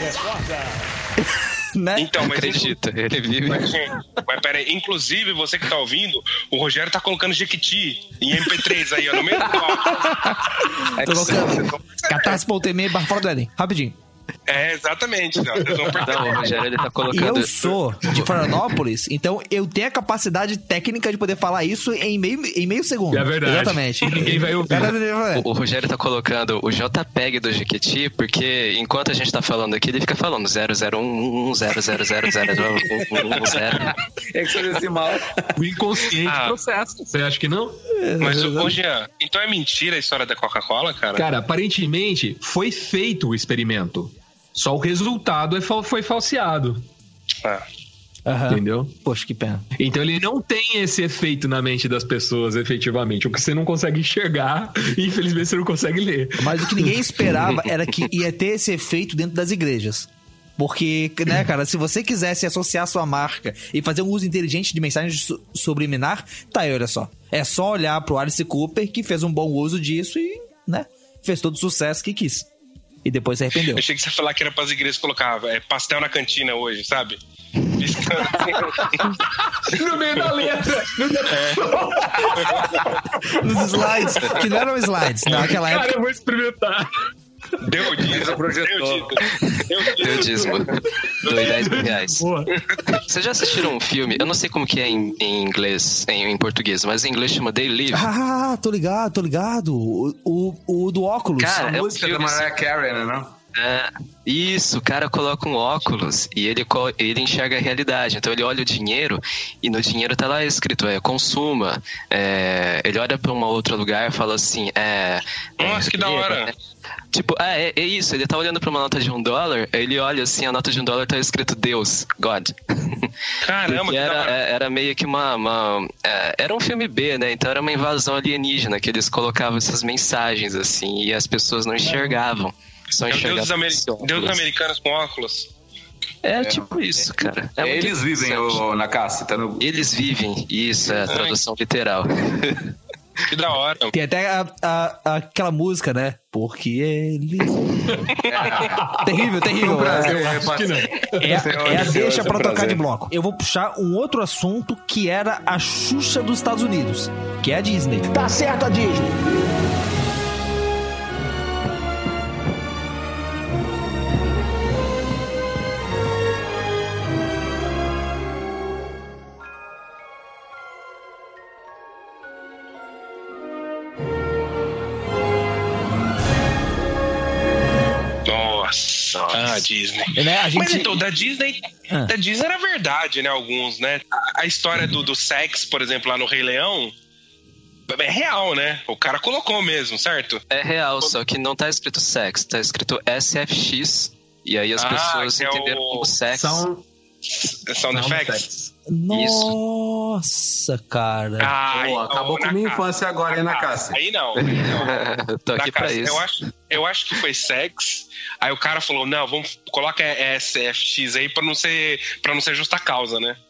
Né? Então, mas acredita, ele vive. Mas, mas peraí, inclusive, você que tá ouvindo, o Rogério tá colocando Jequiti em M P três aí, ó, no meio do áudio. Tô colocando catarse ponto m e barra fora do Éden, rapidinho. É, exatamente. Ó, vocês vão perceber. Não, o Rogério, ele tá colocando... Eu sou de Florianópolis, então eu tenho a capacidade técnica de poder falar isso em meio, em meio segundo. É verdade. Exatamente. Ninguém vai ouvir. O, o Rogério tá colocando o JPEG do Jequiti, porque enquanto a gente tá falando aqui, ele fica falando zero zero um um zero zero zero zero zero um zero. É que foi decimal. O inconsciente Ah. processo. Você acha que não? Mas, ô, Jean, então é mentira a história da Coca-Cola, cara? Cara, aparentemente foi feito o experimento. Só o resultado é fal- foi falseado. Ah. Aham. Entendeu? Poxa, que pena. Então ele não tem esse efeito na mente das pessoas, efetivamente. O que você não consegue enxergar, infelizmente você não consegue ler. Mas o que ninguém esperava era que ia ter esse efeito dentro das igrejas. Porque, né, cara, se você quisesse associar sua marca e fazer um uso inteligente de mensagem su- subliminar, tá aí, olha só. É só olhar pro Alice Cooper, que fez um bom uso disso e, né, fez todo o sucesso que quis. E depois se arrependeu. Eu achei que você ia falar que era pras igrejas colocar é, pastel na cantina hoje, sabe? No meio da letra. Nos slides, que não eram slides, naquela Cara, época. eu vou experimentar. Deu dízimo, projetou. Deu dízimo. Dois dez mil reais. Boa. Vocês já assistiram um filme? Eu não sei como que é em, em inglês, em, em português, mas em inglês chama They Live. Ah, tô ligado, tô ligado. O, o, o do óculos. Cara, A é um música filme da Mariah Carey, né, não? É, isso, o cara coloca um óculos e ele, co- ele enxerga a realidade. Então ele olha o dinheiro e no dinheiro tá lá escrito, é, consuma. É, ele olha pra um outro lugar e fala assim, é... Nossa, é, que da hora. é, tipo, ah, é, é isso, ele tá olhando pra uma nota de um dólar, ele olha assim, a nota de um dólar tá escrito Deus, God. Caramba, Porque que da era, hora. é- era meio que uma... uma é, era um filme B, né? Então era uma invasão alienígena, que eles colocavam essas mensagens, assim, e as pessoas não enxergavam. Só É o Deus enxergavam dos, Amer... esse Deus óculos. dos americanos com óculos. É tipo isso, cara. É muito Eles vivem, interessante. ô, Nakassi, tá no... Eles vivem, isso, é a tradução literal. Que da hora. Tem até a- a- aquela música, né? Porque ele. terrível, terrível. Brasil, é, acho que não. é, é a deixa pra tocar de bloco. Eu vou puxar um outro assunto que era a Xuxa dos Estados Unidos, que é a Disney. Tá certo a Disney. Nossa, ah, Disney. Né, a gente- Mas então, da Disney, Ah. da Disney era verdade, né? Alguns, né? A, a história do, do sexo, por exemplo, lá no Rei Leão, é real, né? O cara colocou mesmo, certo? É real, só que não tá escrito sex, tá escrito S F X. E aí as Ah, pessoas que é entenderam o- como sex. Sound effects. Nossa, cara. Ah, Pô, acabou com minha infância agora, hein, Nakassi? Aí não. Tô aqui Na pra casa, isso. Eu acho, eu acho que foi sex. Aí o cara falou: não, vamos, coloca S F X aí pra não ser, pra não ser justa causa, né?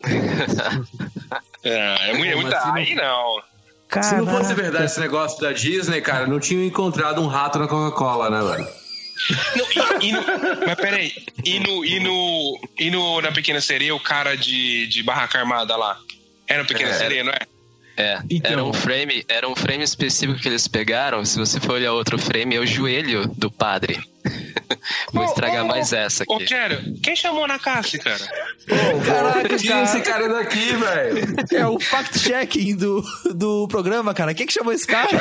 é, é muito. É Pô, muito mas se não- aí não. Se não fosse verdade esse negócio da Disney, cara, não tinham encontrado um rato na Coca-Cola, né, velho? Não, e, e no, mas peraí, e no, e no, e no na Pequena Sereia, o cara de, de barraca armada lá? Era no Pequena É. Sereia, não é? É, Então- era um frame, era um frame específico que eles pegaram. Se você for olhar outro frame, é o joelho do padre. Vou estragar mais essa Ô, aqui. Kério, quem chamou na Cassi, cara? Caraca, Tira esse cara daqui, velho. É o fact-checking do, do programa, cara. Quem que chamou esse cara?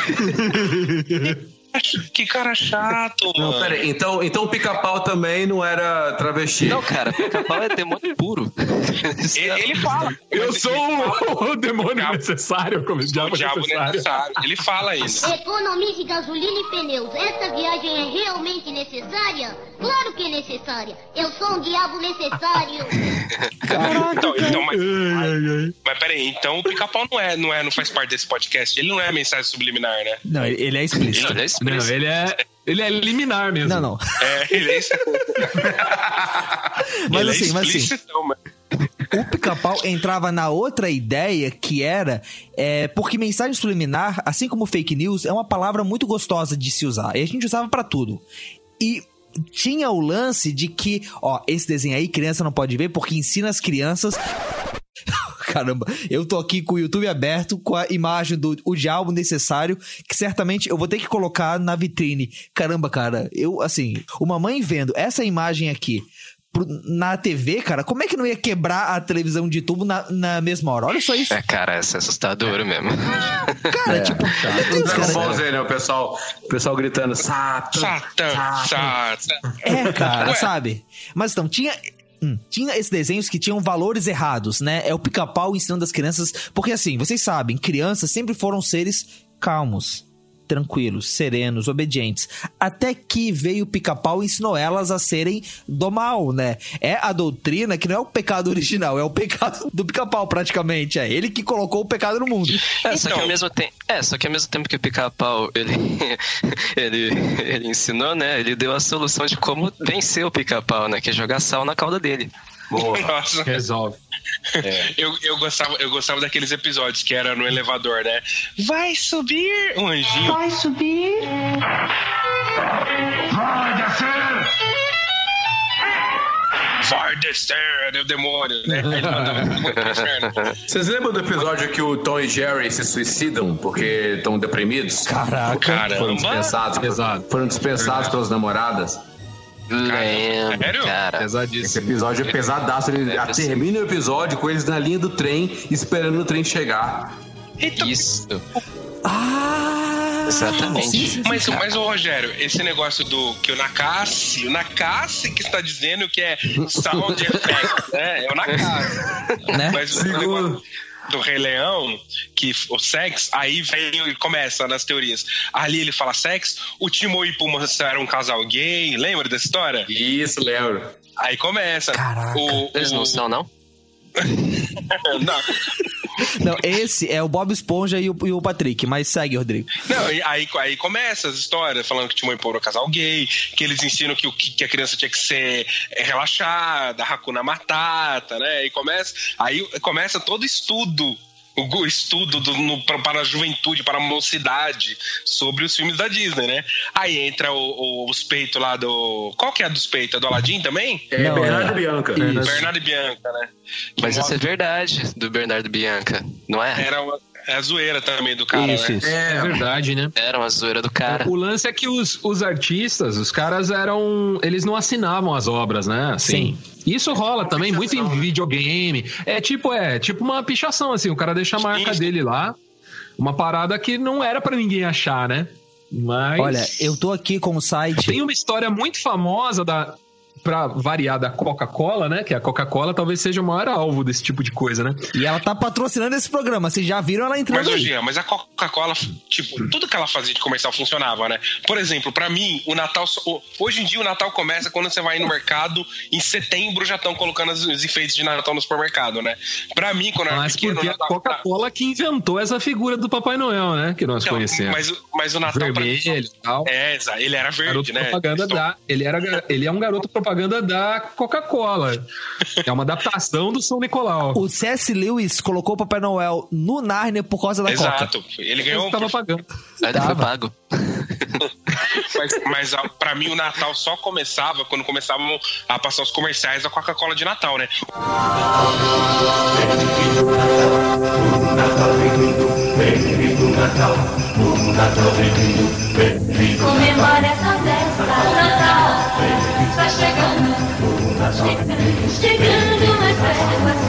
Que cara chato, Não, mano. pera aí. Então, então o pica-pau também não era travesti. Não, cara, pica-pau é demônio puro. Ele, ele fala. Eu mas sou ele fala- o, o demônio necessário, como o diabo, o diabo necessário. necessário. Ele fala ainda. Economize gasolina e pneus. Essa viagem é realmente necessária? Claro que é necessária. Eu sou um diabo necessário. Então, então, mas, mas peraí, então o pica-pau não é, não é, não faz parte desse podcast. Ele não é mensagem subliminar, né? Não, ele ele é explícito. Ele é Não, explícito. ele é, ele é liminar mesmo. Não, não. É, ele é, Mas ele assim, é mas assim. explícito, mano. O pica-pau entrava na outra ideia que era é, porque mensagem subliminar, assim como fake news, é uma palavra muito gostosa de se usar. E a gente usava pra tudo. E tinha o lance de que, ó, esse desenho aí criança não pode ver porque ensina as crianças. Caramba, eu tô aqui com o YouTube aberto com a imagem do O Diabo Necessário, que certamente eu vou ter que colocar na vitrine. Caramba, cara, eu, assim, uma mãe vendo essa imagem aqui pro- na T V, cara, como é que não ia quebrar a televisão de tubo na, na mesma hora? Olha só isso. É, cara, essa é assustadora mesmo. Cara, tipo, meu Deus, Dragon cara. Ball Z, né? O pessoal, o pessoal gritando Satan. Satã, Satã. É, cara, Ué. sabe? Mas então, tinha. hum, tinha esses desenhos que tinham valores errados, né? É o pica-pau ensinando as crianças. Porque assim, vocês sabem, crianças sempre foram seres calmos, tranquilos, serenos, obedientes. Até que veio o pica-pau e ensinou elas a serem do mal, né? É a doutrina que não é o pecado original, é o pecado do pica-pau, praticamente. É ele que colocou o pecado no mundo. É, só que ao mesmo tempo, é, só que ao mesmo tempo que o pica-pau ele, ele, ele ensinou, né? Ele deu a solução de como vencer o pica-pau, né? Que é jogar sal na cauda dele. Nossa. Resolve. Eu, eu, gostava, eu gostava daqueles episódios que era no elevador, né? Vai subir um anjinho. Vai subir. Vai descer! Vai descer, o demônio, né? Aí ele mandava o demônio pro inferno. Vocês lembram do episódio que o Tom e Jerry se suicidam porque estão deprimidos? Caraca. Caramba. Foram dispensados, Pesado. foram dispensados pelas namoradas. Lembro, Sério? cara. Esse Pesadíssimo. episódio é pesadaço. Ele É, assim. termina o episódio com eles na linha do trem, esperando o trem chegar. Então, Isso. Ah! Exatamente. Sim, sim, sim. Mas, mas, ô Rogério, esse negócio do que o Nakassi, o Nakassi que está dizendo que é sound effect, né? É o Nakassi. Né? Mas o negócio do Rei Leão, que o sex, aí vem e começa nas teorias. Ali ele fala sex, o Timão e Pumba eram um casal gay, lembra dessa história? Isso, lembro. Aí começa. Caraca. O, Eles não o... são, não? Não. Não, esse é o Bob Esponja e o, e o Patrick, mas segue, Rodrigo. Não, e aí, aí começa as histórias falando que Timão e Pumba era um casal gay, que eles ensinam que, o, que a criança tinha que ser relaxada, Hakuna Matata, né? E começa, aí começa todo estudo, o estudo do, no, para a juventude, para a mocidade, sobre os filmes da Disney, né? Aí entra o, o, os peitos lá do... Qual que é a dos peitos? É do Aladdin também? É Não, Bernardo é- e Bianca. Isso. Bernardo e Bianca, né? Mas essa é verdade, do Bernardo Bianca, não é? Era uma, é a zoeira também do cara, Isso, né? isso. É verdade, né? Era uma zoeira do cara. O lance é que os, os artistas, os caras eram... Eles não assinavam as obras, né? Assim, isso rola também muito em videogame. É tipo, é tipo uma pichação, assim. O cara deixa a marca Sim. dele lá. Uma parada que não era pra ninguém achar, né? Mas... Olha, eu tô aqui com o site... Tem uma história muito famosa da... Pra variar da Coca-Cola, né? Que a Coca-Cola talvez seja o maior alvo desse tipo de coisa, né? E ela tá patrocinando esse programa. Vocês já viram ela entrando Mas aí. hoje, é, mas a Coca-Cola, tipo, tudo que ela fazia de comercial funcionava, né? Por exemplo, pra mim, o Natal... só- Hoje em dia o Natal começa quando você vai no mercado. Em setembro já estão colocando os os enfeites de Natal no supermercado, né? Pra mim, quando eu era Mas pequeno... porque o a Natal- Coca-Cola que inventou essa figura do Papai Noel, né? Que nós Então, conhecemos. mas, o- mas o Natal... pra mim, Vermelho e tal. É, exa- ele era verde, Garoto né? propaganda Então, da, ele, era, gar- ele é um garoto propaganda da Coca-Cola. É uma adaptação do São Nicolau. O C S. Lewis colocou o Papai Noel no Nárnia por causa da Coca. Exato. Ele ganhou... Eu tava pagando. Aí ele foi pago. Mas, mas a- pra mim o Natal só começava quando começavam a passar os comerciais da Coca-Cola de Natal, né? Comemora essa festa, Natal está chegando, chegando mais perto da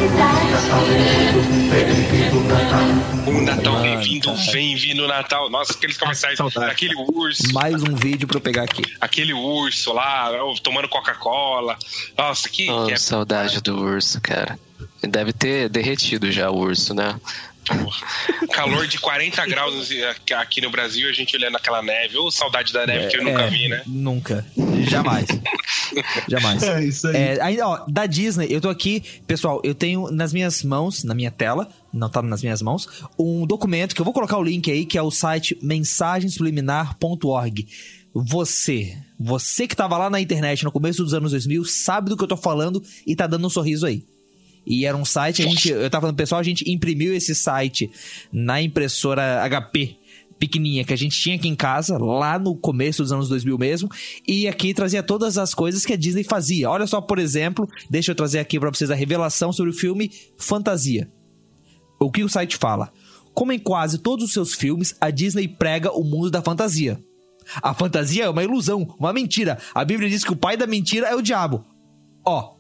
cidade. O Natal vem vindo, vem vindo o Natal. Nossa, aqueles comerciais, aquele urso, Mais um vídeo pra eu pegar aqui. aquele urso lá, tomando Coca-Cola. Nossa, que, Oh, que é saudade do urso, cara. Deve ter derretido já o urso, né? calor de quarenta graus aqui no Brasil, a gente olhando aquela neve. Ô, saudade da neve que eu nunca É, vi, né? Nunca. Jamais. Jamais. É isso aí. É, aí, ó, da Disney, eu tô aqui, pessoal, eu tenho nas minhas mãos, na minha tela, não tá nas minhas mãos, um documento que eu vou colocar o link aí, que é o site mensagensubliminar ponto org. Você, você que tava lá na internet no começo dos anos dois mil, sabe do que eu tô falando e tá dando um sorriso aí. E era um site, a gente, eu tava falando, pessoal, a gente imprimiu esse site na impressora H P pequenininha que a gente tinha aqui em casa, lá no começo dos anos dois mil mesmo, e aqui trazia todas as coisas que a Disney fazia. Olha só, por exemplo, deixa eu trazer aqui pra vocês a revelação sobre o filme Fantasia. O que o site fala? Como em quase todos os seus filmes, a Disney prega o mundo da fantasia. A fantasia é uma ilusão, uma mentira. A Bíblia diz que o pai da mentira é o diabo. Ó,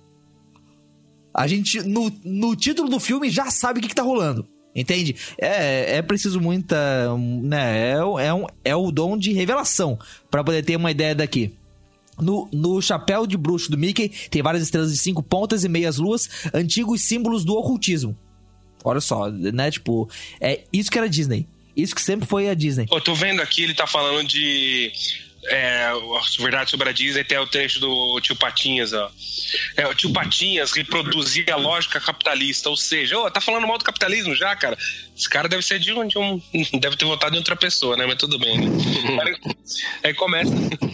a gente, no, no título do filme, já sabe o que, que tá rolando. Entende? É, é preciso muita... Né, é, é, um, é o dom de revelação pra poder ter uma ideia daqui. No, no chapéu de bruxo do Mickey, tem várias estrelas de cinco pontas e meias luas, antigos símbolos do ocultismo. Olha só, né? Tipo, é isso que era Disney. Isso que sempre foi a Disney. Eu tô vendo aqui, ele tá falando de... É, verdade sobre a Disney, tem o trecho do Tio Patinhas, ó. É, o Tio Patinhas reproduzia a lógica capitalista, ou seja, oh, tá falando mal do capitalismo já, cara. Esse cara deve ser de um, de um deve ter votado em outra pessoa, né? Mas tudo bem, né? Aí, aí começa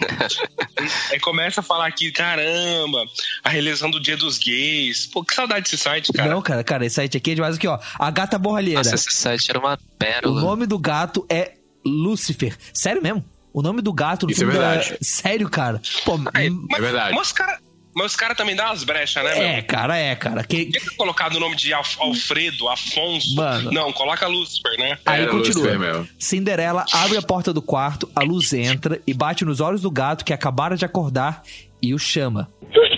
aí começa a falar aqui, caramba, a reeleição do Dia dos Gays. Pô, que saudade desse site, cara. Não, cara, cara, esse site aqui é demais. Aqui, ó, a Gata Borralheira. Nossa, esse site era uma O pérola. nome do gato é Lúcifer. Sério mesmo? O nome do gato no Isso é filme verdade. da... Sério, cara? Pô, Aí, hum, mas, É verdade. Mas os caras mas os cara também dão umas brechas, né, meu? é, cara, é, cara. Que... Podia ter colocado o nome de Alf- Alfredo, Afonso. Mano. Não, coloca Lúcifer, né? Aí Era continua. Lúcifer mesmo. Cinderela abre a porta do quarto, a luz entra e bate nos olhos do gato que acabara de acordar e o chama. Lúcifer,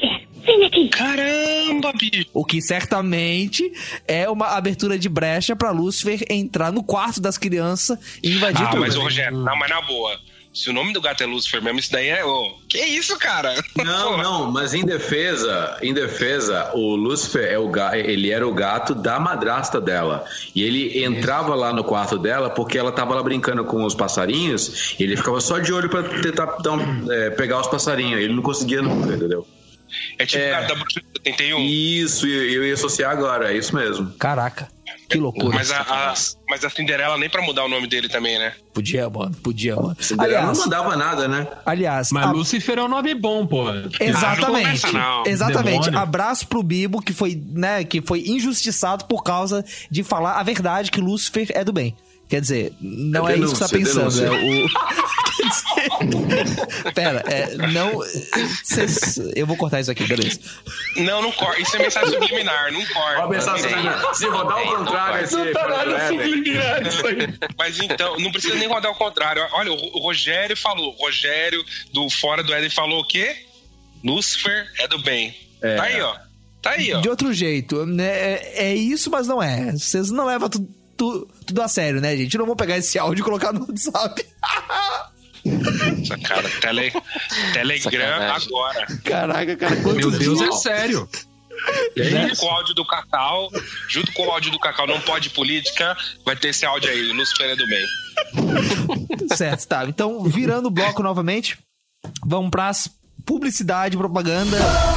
Vem aqui. Caramba, bicho. O que certamente é uma abertura de brecha pra Lúcifer entrar no quarto das crianças e invadir Ah, tudo. mas o Rogério, não, mas na boa. Se o nome do gato é Lúcifer mesmo, isso daí é... ô, que isso, cara? Não, não, mas em defesa, em defesa, o Lúcifer é o ga... ele era o gato da madrasta dela. E ele entrava lá no quarto dela porque ela tava lá brincando com os passarinhos e ele ficava só de olho pra tentar dar um- é, pegar os passarinhos. Ele não conseguia nunca, entendeu? É tipo o gato da Bruxa de setenta e um. Isso, eu eu ia associar agora, é isso mesmo. Caraca, que loucura. Mas a, a, mas a Cinderela nem pra mudar o nome dele também, né? Podia, mano, podia, mano. Cinderela Aliás- não mandava nada, né? Aliás, Mas a- Lucifer é um nome bom, pô. Exatamente. começa, não. Exatamente. Demônio. Abraço pro Bibo, que foi, né, que foi injustiçado por causa de falar a verdade que Lúcifer é do bem. Quer dizer, não é, É isso que você tá denúncia, pensando. É denúncia. o... Quer dizer... Pera, é, não... Cês... Eu vou cortar isso aqui, beleza. Não, não corta. Isso é mensagem subliminar, não corta. Ó, a mensagem subliminar. Se rodar ao contrário, esse Não tá nada Fora do Éden. subliminar isso aí. Mas então, não precisa nem rodar ao contrário. Olha, o o Rogério falou. O Rogério do Fora do Éden falou o quê? Lúcifer é do bem. É. Tá aí, ó. Tá aí, ó. De outro jeito, né? É, é isso, mas não é. Vocês não levam tudo, tudo, tudo a sério, né, gente? Não vou pegar esse áudio e colocar no WhatsApp. Essa cara, tele, Telegram Sacanagem. agora. Caraca, cara, Meu quantos Deus, dias? é sério. Junto com o áudio do Cacau, junto com o áudio do Cacau, não pode política, vai ter esse áudio aí, Lúcifer é do bem. Certo, tá. Então, virando o bloco novamente, vamos pra publicidade, propaganda.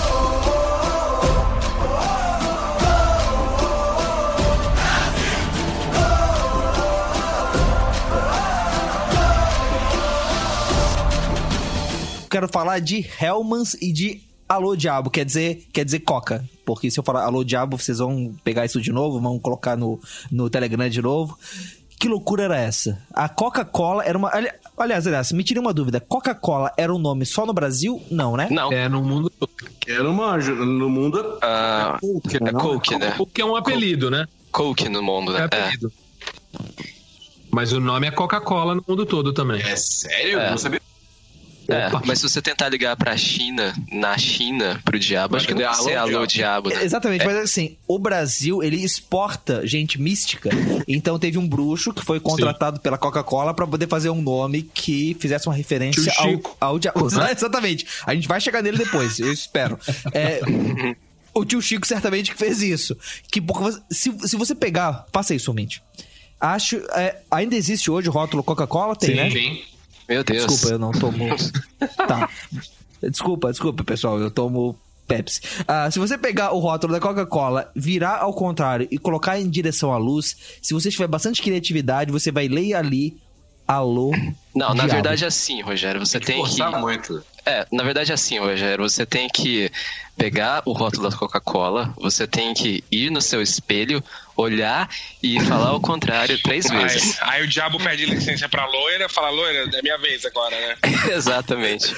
Quero falar de Hellmann's e de Alô Diabo, quer dizer, quer dizer Coca. Porque se eu falar Alô Diabo, vocês vão pegar isso de novo, vão colocar no, no Telegram de novo. Que loucura era essa? A Coca-Cola era uma... ali- Aliás, aliás, me tirei uma dúvida. Coca-Cola era um nome só no Brasil? Não, né? Não. É no mundo. Eu não manjo. No mundo Ah, Coke, é não? Coke, né? O que é um apelido, né? Coke no mundo, É né? É. apelido. Mas o nome é Coca-Cola no mundo todo também. É sério? É. Não sabia. É, mas se você tentar ligar pra China, na China, pro diabo, Vai acho que não ter vai ser alô, alô, diabo. diabo, né? Exatamente, mas assim, o Brasil, ele exporta gente mística. Então teve um bruxo que foi contratado pela Coca-Cola pra poder fazer um nome que fizesse uma referência Tio ao, Chico. ao diabo. Exatamente. A gente vai chegar nele depois, eu espero. É, o tio Chico certamente que fez isso. Que porque você- se, se você pegar, faça isso somente. Acho, é, ainda existe hoje o rótulo Coca-Cola? Tem, né? Sim. Meu Deus. Desculpa, eu não tomo. Tá. Desculpa, desculpa, pessoal. Eu tomo Pepsi. Ah, se você pegar o rótulo da Coca-Cola, virar ao contrário e colocar em direção à luz, se você tiver bastante criatividade, você vai ler ali Alô. Não, na Diabo. verdade é assim, Rogério. Você tem que. Forçar muito. É, na verdade é assim, Rogério. Você tem que pegar o rótulo da Coca-Cola, você tem que ir no seu espelho, olhar e falar o contrário três Aí, vezes. aí o diabo pede licença pra loira, fala, loira, é minha vez agora, né? Exatamente.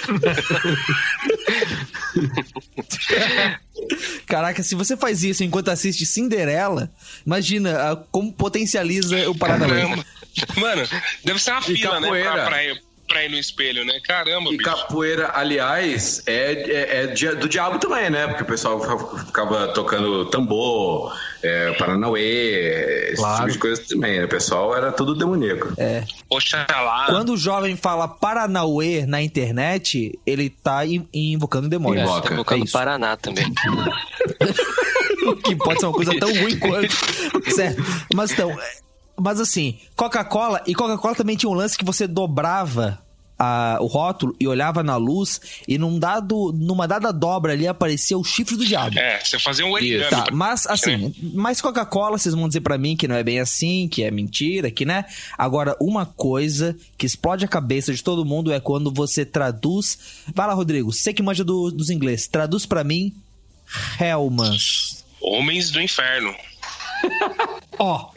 Caraca, se você faz isso enquanto assiste Cinderela, imagina ah, como potencializa o Paranauê. Caramba. Mano, deve ser uma E fila, né? capoeira. Pra, pra, ir, pra ir no espelho, né? Caramba, E bicho. capoeira, aliás, é, é, é dia- do diabo também, né? Porque o pessoal ficava- ficava tocando tambor, é, Paranauê, esse Claro. tipo de coisa também. Né? O pessoal era tudo demoníaco. É. Oxalá. Quando o jovem fala Paranauê na internet, ele tá in- invocando o demônio. É, Invoca. tá É colocando isso. Paraná também. Que pode ser uma coisa tão ruim quanto. Certo. Mas então, é, mas assim, Coca-Cola, e Coca-Cola também tinha um lance que você dobrava a- o rótulo e olhava na luz, e num dado, numa dada dobra ali aparecia o chifre do diabo. É, você fazia um origami. Tá, pra- mas assim, mas Coca-Cola, vocês vão dizer pra mim que não é bem assim, que é mentira, que né? Agora, uma coisa que explode a cabeça de todo mundo é quando você traduz. Vai lá, Rodrigo, você que manja do- dos inglês, traduz pra mim Hellmann's. Homens do inferno. Ó.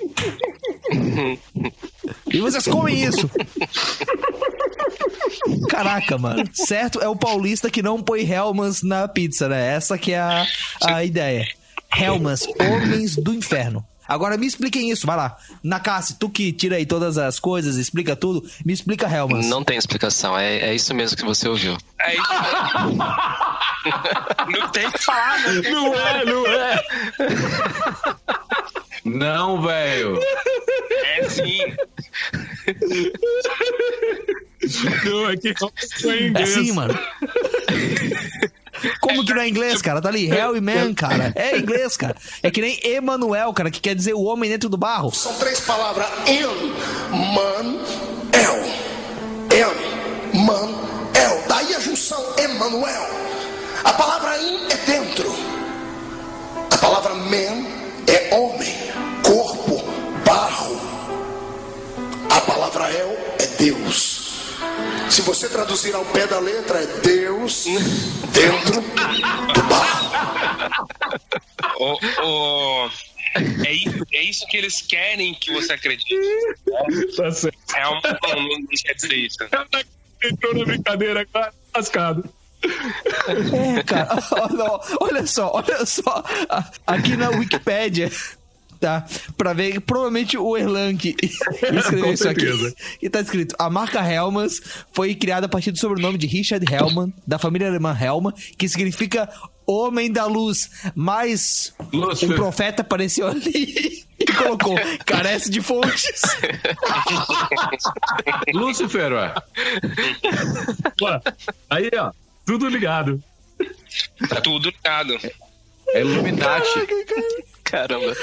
E vocês comem isso. Caraca, mano. Certo? É o paulista que não põe Hellmann's na pizza, né? Essa que é a, a ideia. Hellmann's, homens do inferno. Agora me expliquem isso, vai lá. Nakassi, tu que tira aí todas as coisas, explica tudo, me explica Hellmann's. Não tem explicação, é, é isso mesmo que você ouviu. É isso. Não tem que falar, não. Não é, não é. Não, velho. É sim. Não, é que foi em É inglês. sim, mano. Como que não é inglês, cara? Tá ali, hell e man, cara. É inglês, cara. É que nem Emanuel, cara, que quer dizer o homem dentro do barro. São três palavras. Em, man, el. Em, man, el. Daí a junção Emanuel. A palavra in é dentro. A palavra man é homem, corpo, barro. A palavra el é Deus. Se você traduzir ao pé da letra, é Deus dentro do barro. O, o, é, isso, é isso que eles querem que você acredite. Tá certo. É um, não, não quer dizer isso. Entrou na brincadeira, cara. Lascado. É, cara. Olha, olha só, olha só. Aqui na Wikipédia, tá? Pra ver, provavelmente o Erlan que escreveu isso aqui. E tá escrito: a marca Hellmann's foi criada a partir do sobrenome de Richard Hellman, da família alemã Hellman, que significa homem da luz. Mas Lúcifer. um profeta apareceu ali e colocou: carece de fontes. Lúcifer, ué. Ué. Aí, ó. Tudo ligado. Tá tudo ligado. É Illuminati. Caramba.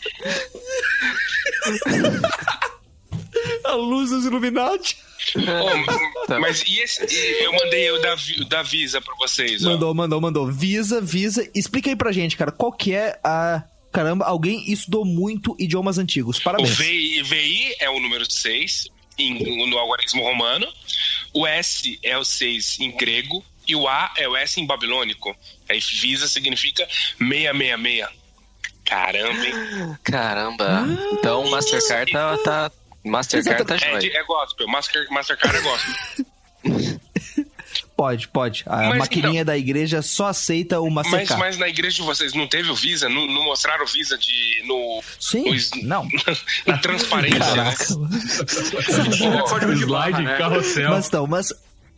A luz dos Illuminati. Oh, mas e esse? E eu mandei o da, o da Visa pra vocês. Ó. Mandou, mandou, mandou. Visa, Visa. Explica aí pra gente, cara, qual que é a... Caramba, alguém estudou muito idiomas antigos. O Parabéns. V I, V I é o número seis em, no algarismo romano. O S é o seis em grego. E o A é o S em babilônico. Aí Visa significa seiscentos e sessenta e seis. Caramba, hein? Caramba. Ah, então o Mastercard tá, tá... Mastercard tá é, joia. é gospel. Master, Mastercard é gospel. Pode, pode. A Mas, maquininha então, da igreja só aceita o Mas, Mastercard. mas na igreja de vocês não teve o Visa? Não, não mostraram o Visa de, no... Sim, no, não. Na transparência, Caraca. né? Código de slide, carrossel. Mas não, mas...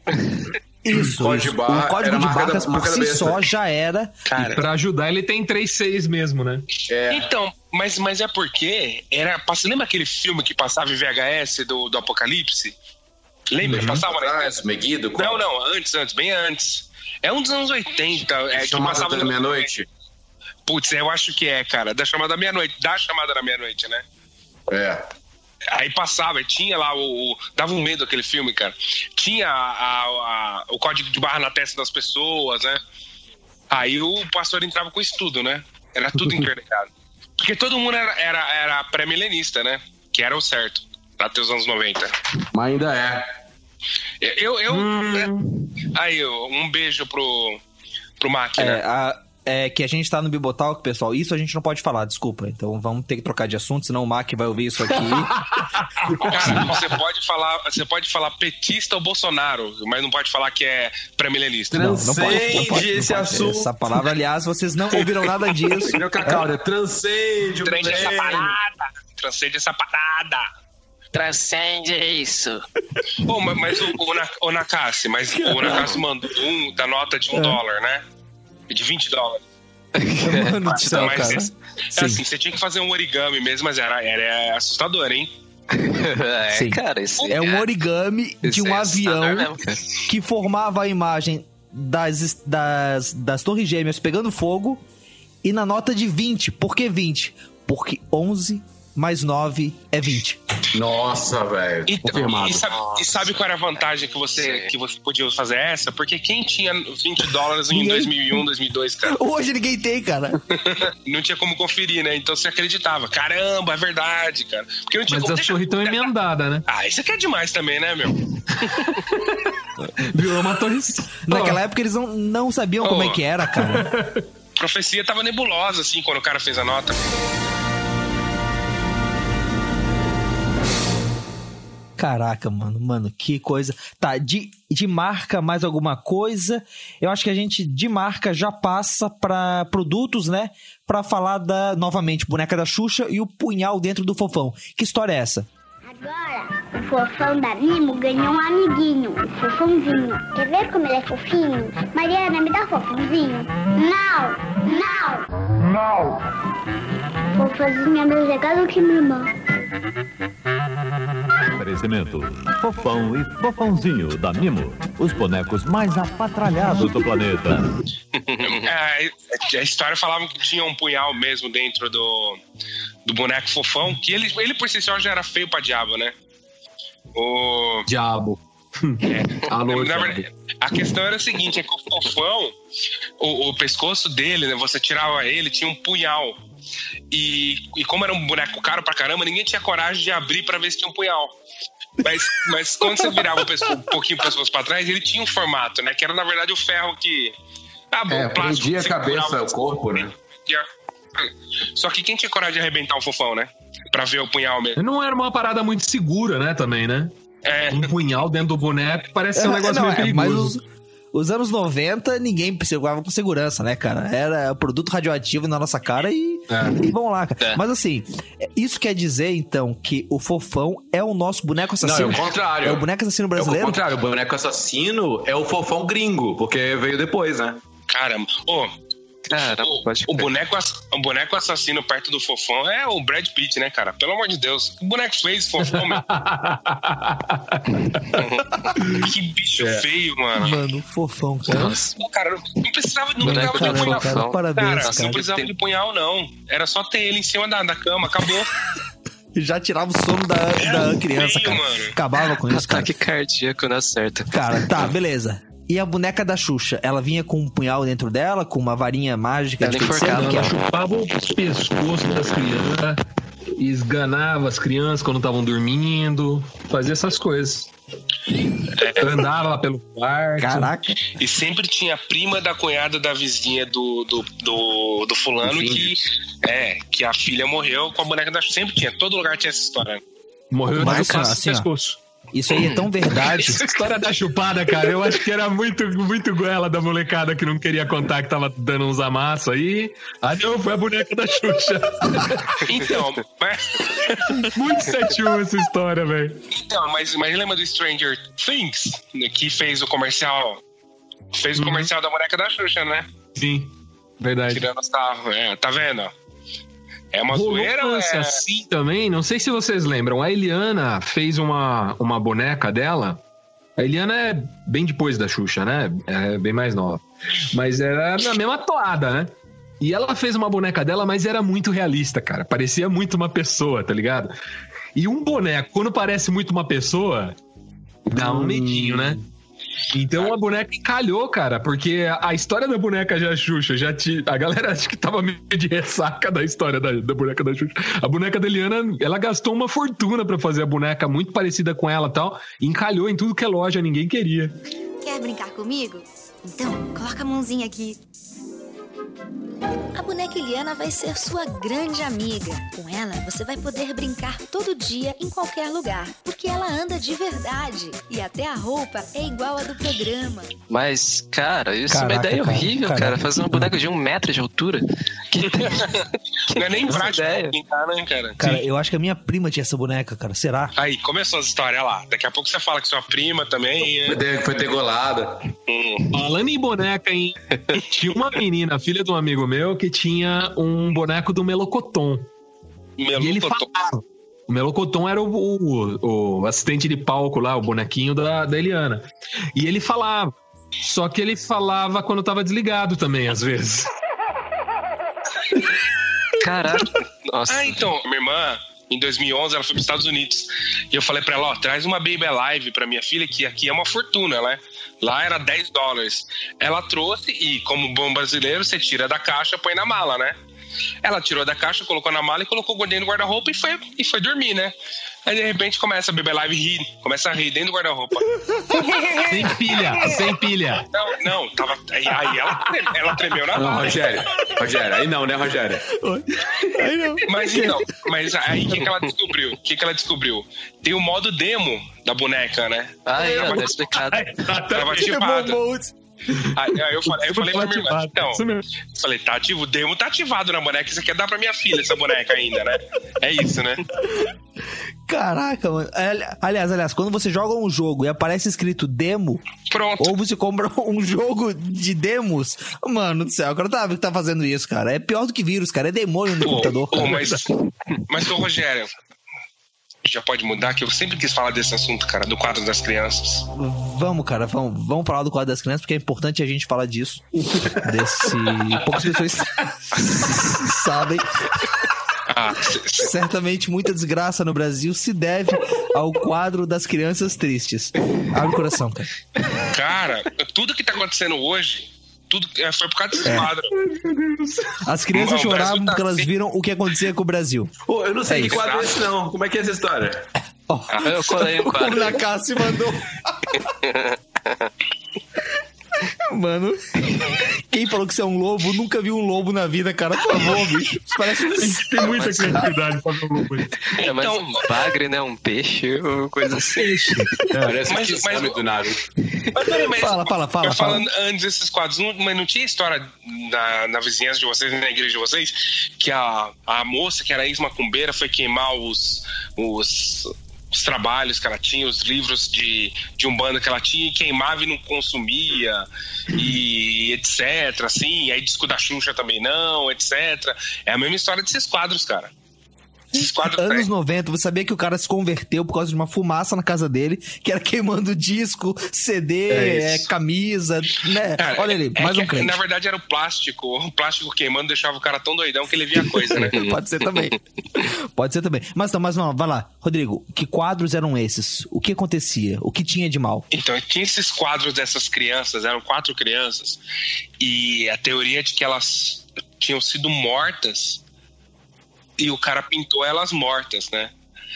Isso, Código isso. de barra O código era de marca barras da- por marca da si besta. só já era... Cara, E pra ajudar, ele tem três seis mesmo, né? É. Então, mas, mas é porque era, passa- lembra aquele filme que passava em V H S do, do Apocalipse? Lembra? Uhum. Passava na Atrás, Meguido. Não, não, antes, antes, bem antes. É um dos anos oitenta. É, que Chamada passava da no- meia-noite. Putz, eu acho que é, cara. Da chamada da meia-noite. Da chamada da meia-noite, né? É. Aí passava, tinha lá o, o- dava um medo aquele filme, cara. Tinha a- a- a- o código de barra na testa das pessoas, né? Aí o pastor entrava com isso tudo, né? Era tudo interligado. Porque todo mundo era, era, era pré-milenista, né? Que era o certo, até os anos noventa. Mas ainda é. Eu, eu, hum. Aí, um beijo pro, pro Máquina. É, a- é que a gente tá no Bibotalk, pessoal. Isso a gente não pode falar, desculpa. Então vamos ter que trocar de assunto, senão o Mac vai ouvir isso aqui. Cara, você pode falar, você pode falar petista ou Bolsonaro, mas não pode falar que é pré-milenista. Não, não pode, não pode, não esse pode. assunto. Essa palavra, aliás, vocês não ouviram nada disso. Meu cacau, é transcende o Transcende essa milênio. parada. Transcende essa parada. Transcende isso. Pô, mas, mas o, o, Na- o Nakassi, mas o Nakassi mandou um da nota de um É. dólar, né? De vinte dólares. Mano do céu, Mas cara. esse- é assim, você tinha que fazer um origami mesmo, mas era, era assustador, hein? É, Sim. cara, esse É um origami de esse um é avião assustador mesmo, cara. que formava a imagem das, das, das torres gêmeas pegando fogo e na nota de vinte. Por que vinte? Porque onze mais nove é vinte. Nossa, velho. Então, Confirmado. e, sabe, e sabe qual era a vantagem que você, que você podia fazer essa? Porque quem tinha vinte dólares em Ninguém. dois mil e um, dois mil e dois, cara? Hoje ninguém tem, cara. Não tinha como conferir, né? Então você acreditava. Caramba, é verdade, cara. Porque não tinha Mas como. as Deixa- torres estão emendadas, né? Ah, isso aqui é demais também, né, meu? Virou uma torre. Naquela época eles não, não sabiam como é que era, cara. Profecia tava nebulosa, assim, quando o cara fez a nota. Caraca, mano, mano, que coisa. Tá, de, de marca mais alguma coisa? Eu acho que a gente de marca já passa pra produtos, né? Pra falar da, novamente, boneca da Xuxa e o punhal dentro do fofão. Que história é essa? Agora, O fofão da Mimo ganhou um amiguinho, o fofãozinho. Quer ver como ele é fofinho? Mariana, me dá o fofãozinho. Não, não, não. Fofãozinho é mais legal do que minha irmã. Oferecimento: Fofão e Fofãozinho da Mimo, os bonecos mais apatralhados do planeta. É, a história falava que tinha um punhal mesmo dentro do, do boneco Fofão, que ele, ele por si só já era feio pra diabo, né? O diabo. É, Alô, na diabo. verdade, a questão era a seguinte: é que o Fofão, o, o pescoço dele, né? Você tirava ele, tinha um punhal. E, e como era um boneco caro pra caramba, ninguém tinha coragem de abrir pra ver se tinha um punhal. Mas, mas quando você virava o pescoço, um pouquinho o pescoço pra trás, ele tinha um formato, né? Que era na verdade o ferro que. Ah, bom, É, o plástico prendia a que cabeça, segurava- o corpo, né? Só que quem tinha coragem de arrebentar o Fofão, né? Pra ver o punhal mesmo. Não era uma parada muito segura, né, também, né? É. Um punhal dentro do boneco parece ser um É, negócio não, meio é, perigoso. mas os, os anos noventa, ninguém segurava com segurança, né, cara? Era produto radioativo na nossa cara e, É. e vamos lá, cara. É. Mas assim, isso quer dizer, então, que o Fofão é o nosso boneco assassino? Não, é o contrário. É o boneco assassino É o brasileiro? contrário, o boneco assassino é o Fofão gringo, porque veio depois, né? Caramba. Ô, Caramba, pode o, boneco, ass- o boneco assassino perto do Fofão é o Brad Pitt, né, cara? Pelo amor de Deus. O boneco fez Fofão, meu. Que bicho É. feio, mano. Mano, Fofão, cara. Pô, cara, não precisava, não Boneco precisava de caramba, punhal. cara, parabéns, cara, cara. não precisava de punhal, não. Era só ter ele em cima da, da cama, acabou. Já tirava o sono da, da criança, feio, cara. mano. Acabava com isso, cara. Ataque cardíaco na certa. Cara, tá, beleza. E a boneca da Xuxa, ela vinha com um punhal dentro dela, com uma varinha mágica Ela de feiticeiro? enforcava. Que Ela era? chupava o pescoço das crianças, esganava as crianças quando estavam dormindo, fazia essas coisas. Andava pelo quarto. Caraca. E sempre tinha a prima da cunhada da vizinha do, do, do, do fulano que, é, que a filha morreu com a boneca da Xuxa. Sempre tinha, todo lugar tinha essa história. Morreu Mas de assim, assim, ó, pescoço. Isso aí é tão verdade. Essa história da chupada, cara, eu acho que era muito, muito goela da molecada que não queria contar que tava dando uns amassos aí. Ah, não, foi a boneca da Xuxa. Então, mas, Muito sete um essa história, velho. então mas, mas lembra do Stranger Things, né, que fez o comercial? Fez o comercial da boneca da Xuxa, né? Sim, verdade. Tirando os carros. É, tá vendo? É uma Rolou zoeira ou lance é... assim também, não sei se vocês lembram, a Eliana fez uma, uma boneca dela. A Eliana é bem depois da Xuxa, né? É bem mais nova. Mas era na mesma toada, né? E ela fez uma boneca dela, mas era muito realista, cara. Parecia muito uma pessoa, tá ligado? E um boneco, quando parece muito uma pessoa, dá um medinho, né? Então a boneca encalhou, cara, porque a, a história da boneca da Xuxa já te, a galera acho que tava meio de ressaca da história da, da boneca da Xuxa. A boneca da Eliana, ela gastou uma fortuna pra fazer a boneca muito parecida com ela e tal, e encalhou em tudo que é loja, ninguém queria. Quer brincar comigo? Então, coloca a mãozinha aqui. A boneca Eliana vai ser sua grande amiga. Com ela, você vai poder brincar todo dia em qualquer lugar, porque ela anda de verdade. E até a roupa é igual a do programa. Mas, cara, isso é uma Caraca, ideia cara, horrível, cara. cara. Fazer uma boneca de um metro de altura. Que Não é nem essa prático ideia. brincar, né, cara? Cara, eu acho que a minha prima tinha essa boneca, cara. Será? Aí, começou as histórias lá. Daqui a pouco você fala que sua prima também... Foi, É... ter, foi ter golada. Hum. Falando em boneca, hein? Tinha uma menina, filha de um amigo meu, que tinha um boneco do Melocoton. E ele falava. O Melocoton era o, o, o assistente de palco lá, o bonequinho da, da Eliana. E ele falava. Só que ele falava quando tava desligado também, às vezes. Caraca. Nossa. Ah, então, minha irmã, em dois mil e onze, ela foi para os Estados Unidos. E eu falei pra ela, ó, traz uma Baby Alive pra minha filha, que aqui é uma fortuna, né? Lá era dez dólares. Ela trouxe e, como bom brasileiro, você tira da caixa, põe na mala, né? Ela tirou da caixa, colocou na mala e colocou dentro do guarda-roupa e foi, e foi dormir, né? Aí, de repente, começa a Baby Alive rir. Começa a rir dentro do guarda-roupa. Sem pilha, sem pilha. Não, não, tava... Aí, aí ela, ela tremeu na Não, mala. Rogério. Rogério, aí não, né, Rogério? Aí não. Mas então, mas aí o que, que ela descobriu? O que, que ela descobriu? Tem o modo demo da boneca, né? Ah, é, Tava- tá explicado. Tava ativado. Aí, aí eu falei, eu falei pra minha irmã, então, falei, tá ativo, o demo tá ativado na boneca, você quer dar pra minha filha essa boneca ainda, né? É isso, né? Caraca, mano. Aliás, aliás, quando você joga um jogo e aparece escrito demo, pronto. Ou você compra um jogo de demos, mano do céu, o cara tá, tá fazendo isso, cara. É pior do que vírus, cara. É demônio no Pô, computador, pô, cara. mas, mas, ô Rogério, já pode mudar, que eu sempre quis falar desse assunto, cara, do quadro das crianças. Vamos, cara, vamos, vamos falar do quadro das crianças, porque é importante a gente falar disso. Desse... Poucas pessoas sabem. Ah, certamente muita desgraça no Brasil se deve ao quadro das crianças tristes. Abre o coração, cara. Cara, tudo que tá acontecendo hoje, tudo foi por causa desse É. quadro. As crianças Não, o choravam Brasil tá porque elas assim. viram o que acontecia com o Brasil. Pô, eu não sei É que isso. quadro é esse, não. Como é que é essa história? Oh. Eu colei um O quadro. Nakassi mandou. Mano, quem falou que você é um lobo nunca viu um lobo na vida, cara. Por favor, bicho. Isso parece um... Tem muita criatividade pra ver um lobo aí. É mais Então- um bagre, né? Um peixe, ou coisa assim. Parece Mas- que mas- sabe do Naruto. Mas peraí, mas Fala, fala, fala, eu fala. falando antes desses quadros, não, mas não tinha história na, na vizinhança de vocês, na igreja de vocês, que a, a moça que era ex-macumbeira foi queimar os, os, os trabalhos que ela tinha, os livros de, de Umbanda que ela tinha, e queimava e não consumia, e etc, assim, aí disco da Xuxa também não, etcétera. É a mesma história desses quadros, cara. Esses quadros Anos noventa, você sabia que o cara se converteu por causa de uma fumaça na casa dele, que era queimando disco, C D, É é, isso. camisa, né? Cara, Olha ali, é mais que, um crente. Na verdade era o plástico. O plástico queimando deixava o cara tão doidão que ele via coisa, né? Pode ser também. Pode ser também. Mas não, mas não, vai lá. Rodrigo, que quadros eram esses? O que acontecia? O que tinha de mal? Então, tinha esses quadros dessas crianças, eram quatro crianças, e a teoria de que elas tinham sido mortas e o cara pintou elas mortas, né?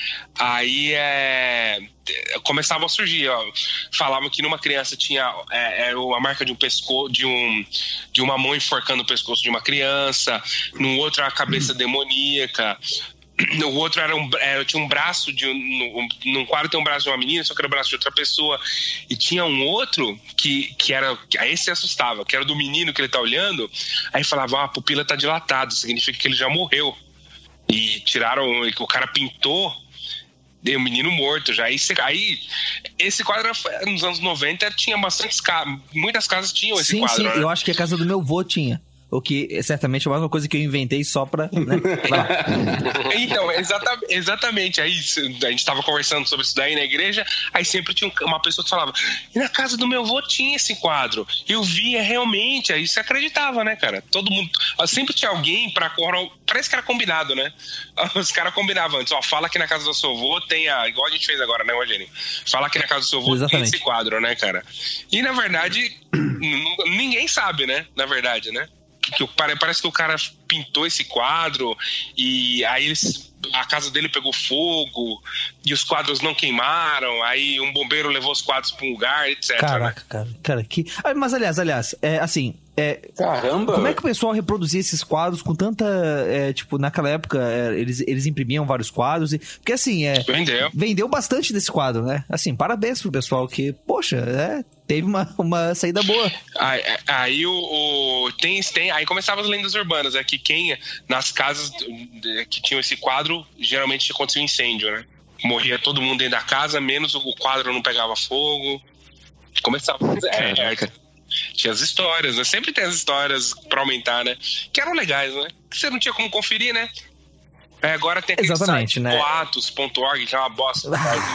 Aí é, começavam a surgir, ó. Falavam que numa criança tinha é, é, a marca de um pescoço, de, um, de uma mão enforcando o pescoço de uma criança, no outro a cabeça demoníaca. No outro era um, era, tinha um braço de um, no, num quadro tem um braço de uma menina, só que era o braço de outra pessoa. E tinha um outro que, que era, que aí se assustava, que era do menino que ele tá olhando. Aí falava, ah, a pupila tá dilatada, significa que ele já morreu. E tiraram, o cara pintou o menino morto já. Aí, aí esse quadro nos anos noventa tinha bastante casas, muitas casas tinham esse sim, quadro. sim, né? eu acho que a casa do meu vô tinha. O que certamente é mais uma coisa que eu inventei só pra. Né? Vai lá. Então, exata, exatamente. Aí a gente tava conversando sobre isso daí na igreja, aí sempre tinha uma pessoa que falava, e na casa do meu avô tinha esse quadro. Eu via realmente, aí você acreditava, né, cara? Todo mundo. Sempre tinha alguém pra. Parece que era combinado, né? Os caras combinavam antes, ó, fala que na casa do seu avô tem a. Igual a gente fez agora, né, Rogério? Fala que na casa do seu avô Exatamente. tem esse quadro, né, cara? E na verdade, ninguém sabe, né? Na verdade, né? Que parece que o cara pintou esse quadro e aí eles, a casa dele pegou fogo e os quadros não queimaram, aí um bombeiro levou os quadros para um lugar, etcétera. Caraca, né? cara, cara, que. Ah, mas aliás, aliás, é assim. É, Caramba! Como é que o pessoal reproduzia esses quadros com tanta. É, tipo, naquela época, é, eles, eles imprimiam vários quadros. E, porque assim, é. Vendeu. Vendeu bastante desse quadro, né? Assim, parabéns pro pessoal que, poxa, é, teve uma, uma saída boa. Aí, aí o, o tem, tem, aí começavam as lendas urbanas, é que quem nas casas que tinham esse quadro geralmente acontecia um incêndio, né? Morria todo mundo dentro da casa, menos o quadro não pegava fogo. Começava. É, é, tinha as histórias, né? Sempre tem as histórias pra aumentar, né? Que eram legais, né? Que você não tinha como conferir, né? É, agora tem aquele Exatamente, site, né? boatos ponto org, que é uma bosta.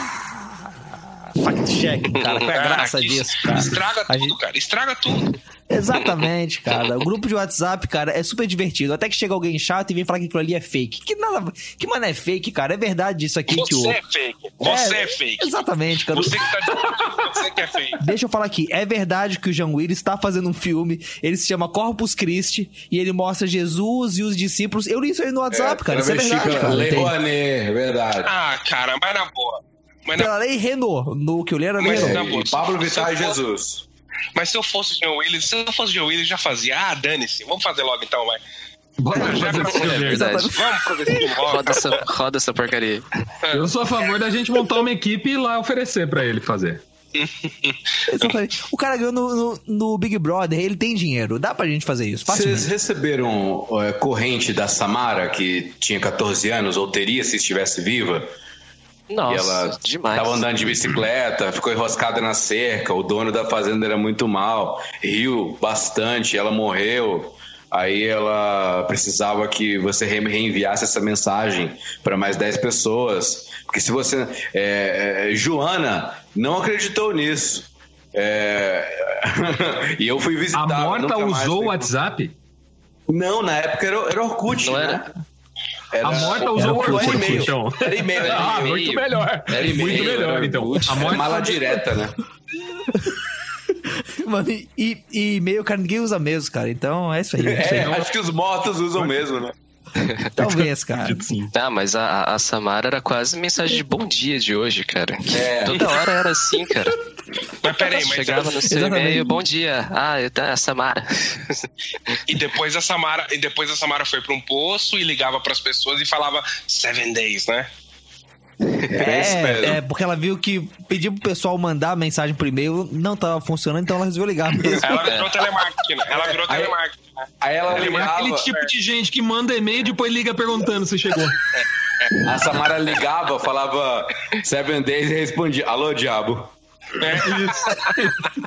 Fact check, cara, qual é a graça Ah, que disso, cara? Estraga A tudo, gente- cara. Estraga tudo. Exatamente, cara. O grupo de WhatsApp, cara, é super divertido. Até que chega alguém chato e vem falar que aquilo ali é fake. Que nada. Que mano é fake, cara? É verdade isso aqui que o. Você é fake. Você é, fake. Exatamente, cara. Você que tá dizendo você que é fake. Deixa eu falar aqui, é verdade que o John Willis está fazendo um filme, ele se chama Corpus Christi, e ele mostra Jesus e os discípulos. Eu li isso aí no WhatsApp, cara, isso é verdade, cara. Lei Tem. Rouanet, é verdade. Ah, cara, mas na boa. Mas na, Pela lei Renault, no que eu li era lei Mas Renault. na boa, E Pablo se Vittar eu e fosse- Jesus. Mas se eu fosse o John Willis, se eu fosse o John Willis, já fazia. Ah, dane-se. Vamos fazer logo então, vai. Bora Já fazer pra- esse É filme. verdade. Vamos pro desse filme logo. Roda essa, roda essa porcaria. Eu sou a favor da gente montar uma equipe e ir lá oferecer pra ele fazer. Exatamente. O cara ganhou no, no, no Big Brother, ele tem dinheiro. Dá pra gente fazer isso. Vocês receberam é, corrente da Samara, que tinha catorze anos, ou teria se estivesse viva? Nossa, e ela demais. Tava andando de bicicleta, ficou enroscada na cerca, o dono da fazenda era muito mal, riu bastante, ela morreu. Aí ela precisava que você reenviasse essa mensagem para mais dez pessoas. Porque se você... É, é, Joana não acreditou nisso. É... e eu fui visitar. A Morta usou o WhatsApp? Não, na época era, era Orkut, não era? né? Era... A Morta usou o Orkut, e-mail. então. Era e-mail. Era ah, e-mail. muito melhor. Era e-mail, muito melhor, era então. Orkut. A Morta... Era mala direta, né? Mano, e, e e-mail, cara, ninguém usa mesmo, cara. Então é isso aí. É, isso aí. acho que os mortos usam mesmo, né? Talvez, cara. Ah, mas a, a Samara era quase mensagem de bom dia de hoje, cara. É. Toda hora era assim, cara. Mas peraí, mas chegava no seu e-mail, bom dia. Ah, eu tá, a Samara. E depois a Samara, e depois a Samara foi para um poço e ligava para as pessoas e falava seven days, né? É, é, porque ela viu que pedir pro pessoal mandar mensagem por e-mail não tava funcionando, então ela resolveu ligar mesmo. Ela virou telemarketing, né? Ela virou telemarketing. Né? Aí ela é ligava, aquele tipo é. de gente que manda e-mail e depois liga perguntando se chegou. A Samara ligava, falava seven days e respondia, alô, diabo. É isso.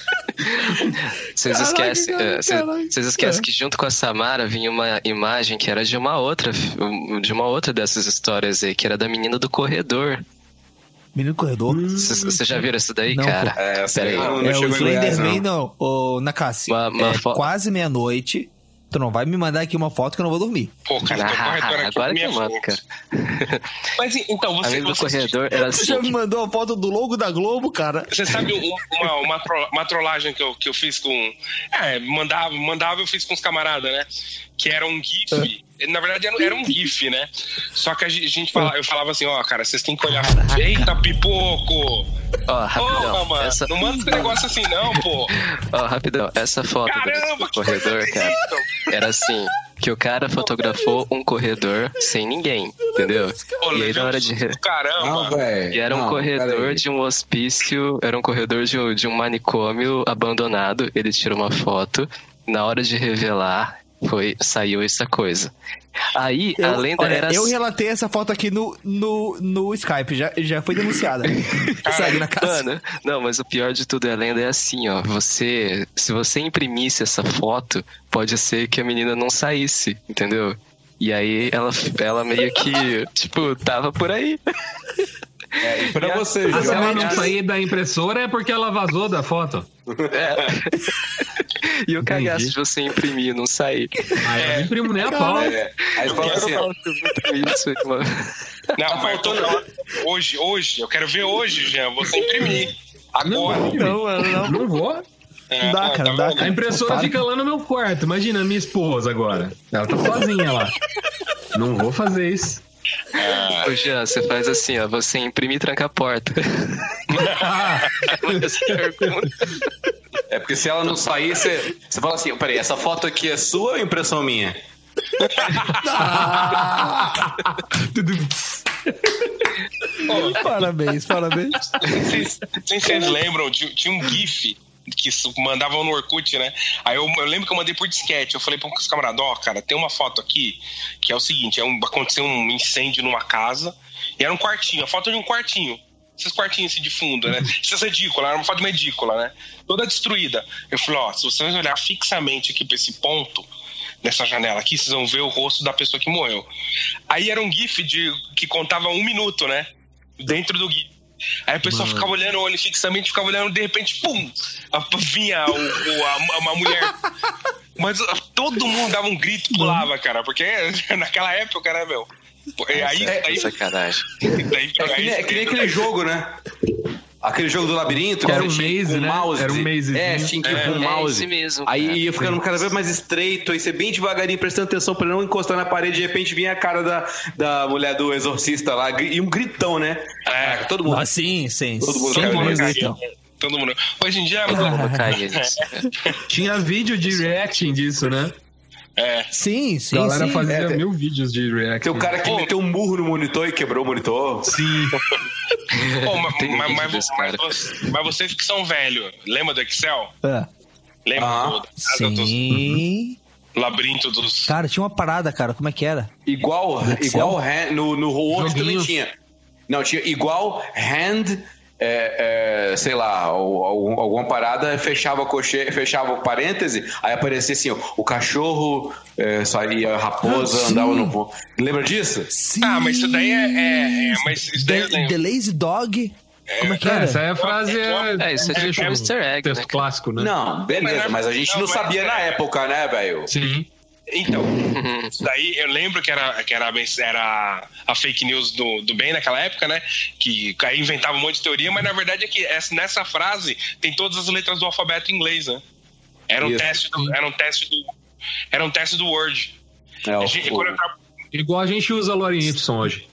Vocês esquecem, vocês esquecem que junto com a Samara vinha uma imagem que era de uma outra, de uma outra dessas histórias aí, que era da menina do corredor. Menino do corredor? Vocês já viram isso daí, não, cara? É, Peraí. não, não é o Slenderman, não. não. Ô, Nakassi, uma, uma é fo... quase meia-noite. Tu não vai me mandar aqui uma foto que eu não vou dormir. Pô, cara, ah, corredor aqui agora que eu mando, cara. Mas então, você... Amigo do você corredor era assim. Você já me mandou a foto do logo da Globo, cara? Você sabe um, uma, uma, tro, uma trollagem que eu, que eu fiz com... É, mandava, mandava eu fiz com os camaradas, né? Que era um GIF... É. Na verdade era, era um GIF, né? Só que a gente falava, eu falava assim, ó, oh, cara, vocês têm que olhar... Eita, pipoco! Ó, oh, rapidão. Oh, mano, essa... Não manda esse negócio assim não, pô! Ó, oh, rapidão. Essa foto Caramba, do corredor, cara, era assim... Que o cara fotografou um corredor sem ninguém, entendeu? Pô, e aí na hora de... Caramba! Não, e era um não, corredor de um hospício, era um corredor de um, de um manicômio abandonado. Ele tirou uma foto. Na hora de revelar, foi, saiu essa coisa. Aí, eu, a lenda olha, era... Eu relatei essa foto aqui no, no, no Skype, já, já foi denunciada. Segue na casa. Mano, não, mas o pior de tudo é a lenda é assim, ó. Você, se você imprimisse essa foto, pode ser que a menina não saísse, entendeu? E aí ela, ela meio que, tipo, tava por aí. É, e pra e você, a, se ela não Jorge... sair da impressora é porque ela vazou da foto. É. E o cagaço de você imprimir e não sair. Ah, eu não imprimo nem a pau. É. Aí eu falo assim... Isso, mano. Não, mas tô falando hoje, hoje, eu quero ver hoje, Jean, você imprimir. Agora. Não, não, não, não vou. É, não dá, cara, não dá. A impressora fica lá no meu quarto. Imagina a minha esposa agora. Ela tá sozinha lá. Não vou fazer isso. Ah. Ô Jean, você faz assim, ó, você imprime e tranca a porta. É porque se ela não sair, você, você fala assim, peraí, essa foto aqui é sua ou impressão minha? Ah! Oh, parabéns, parabéns. Vocês, vocês lembram, tinha um GIF que mandavam no Orkut, né? Aí eu, eu lembro que eu mandei por disquete. Eu falei para os camaradas, ó, oh, cara, tem uma foto aqui que é o seguinte, é um, aconteceu um incêndio numa casa e era um quartinho, a foto de um quartinho. Esses quartinhos assim de fundo, né? Isso é ridícula, era uma foto medícula, né? Toda destruída. Eu falei, ó, oh, se vocês olhar fixamente aqui para esse ponto, nessa janela aqui, vocês vão ver o rosto da pessoa que morreu. Aí era um GIF de, que contava um minuto, né? Dentro do GIF. Aí a pessoa Mano. ficava olhando o olho fixamente, ficava olhando, de repente, pum! Vinha o, o, a, uma mulher. Mas todo mundo dava um grito e pulava, cara, porque naquela época, né, meu? Aí, é, aí, sacanagem. Daí, é, que nem, é que nem aquele jogo, né? Aquele jogo do labirinto, que era um maze, né? Mouse, era um maze. É, tinha que ir é, com o mouse. É esse mesmo, aí ia ficando cada vez mais estreito, aí você bem devagarinho, prestando atenção pra não encostar na parede, de repente vinha a cara da, da mulher do exorcista lá, e um gritão, né? É, todo mundo. Ah, sim, sim. Todo mundo, todo mundo gritão. Todo mundo. Hoje em dia... Todo mundo caía nisso. Tinha vídeo de reacting disso, né? É. Sim, sim, A galera sim. fazia É, mil vídeos de react. Tem o cara que Pô. meteu um murro no monitor e quebrou o monitor. Sim. Pô, mas, Tem mas, vídeo mas, desse mas, cara. vocês- mas vocês que são velhos, lembra do Excel? É. Lembra Ah, do, da casa dos Sim. labirinto dos. Cara, tinha uma parada, cara. Como é que era? Igual, Do Excel? igual hand, no, no Word também Joguinho. tinha. Não, tinha igual hand, é, é, sei lá, ou- ou- alguma parada, fechava, coche, fechava o parêntese, aí aparecia assim, ó, o cachorro é, saía, a raposa Ah, sim. andava no... Lembra disso? Sim. Ah, mas isso daí é. é, é- mas isso daí eu The, lembro. The Lazy Dog. Como é que É, era? essa aí é a frase. É, É, isso é trecho tipo do Mister Egg, texto né? clássico, né? Não, beleza, mas a gente Não, não mas- sabia na época, né, velho? Sim. Então, isso daí eu lembro que era, que era, bem- era a fake news do, do bem naquela época, né? Que aí inventava um monte de teoria, mas na verdade é que essa- nessa frase tem todas as letras do alfabeto inglês, né? Era um Isso. teste do. Era um teste do. Era um teste do Word. É, o- A gente- quando eu tra- Igual a gente usa Lorem Y hoje.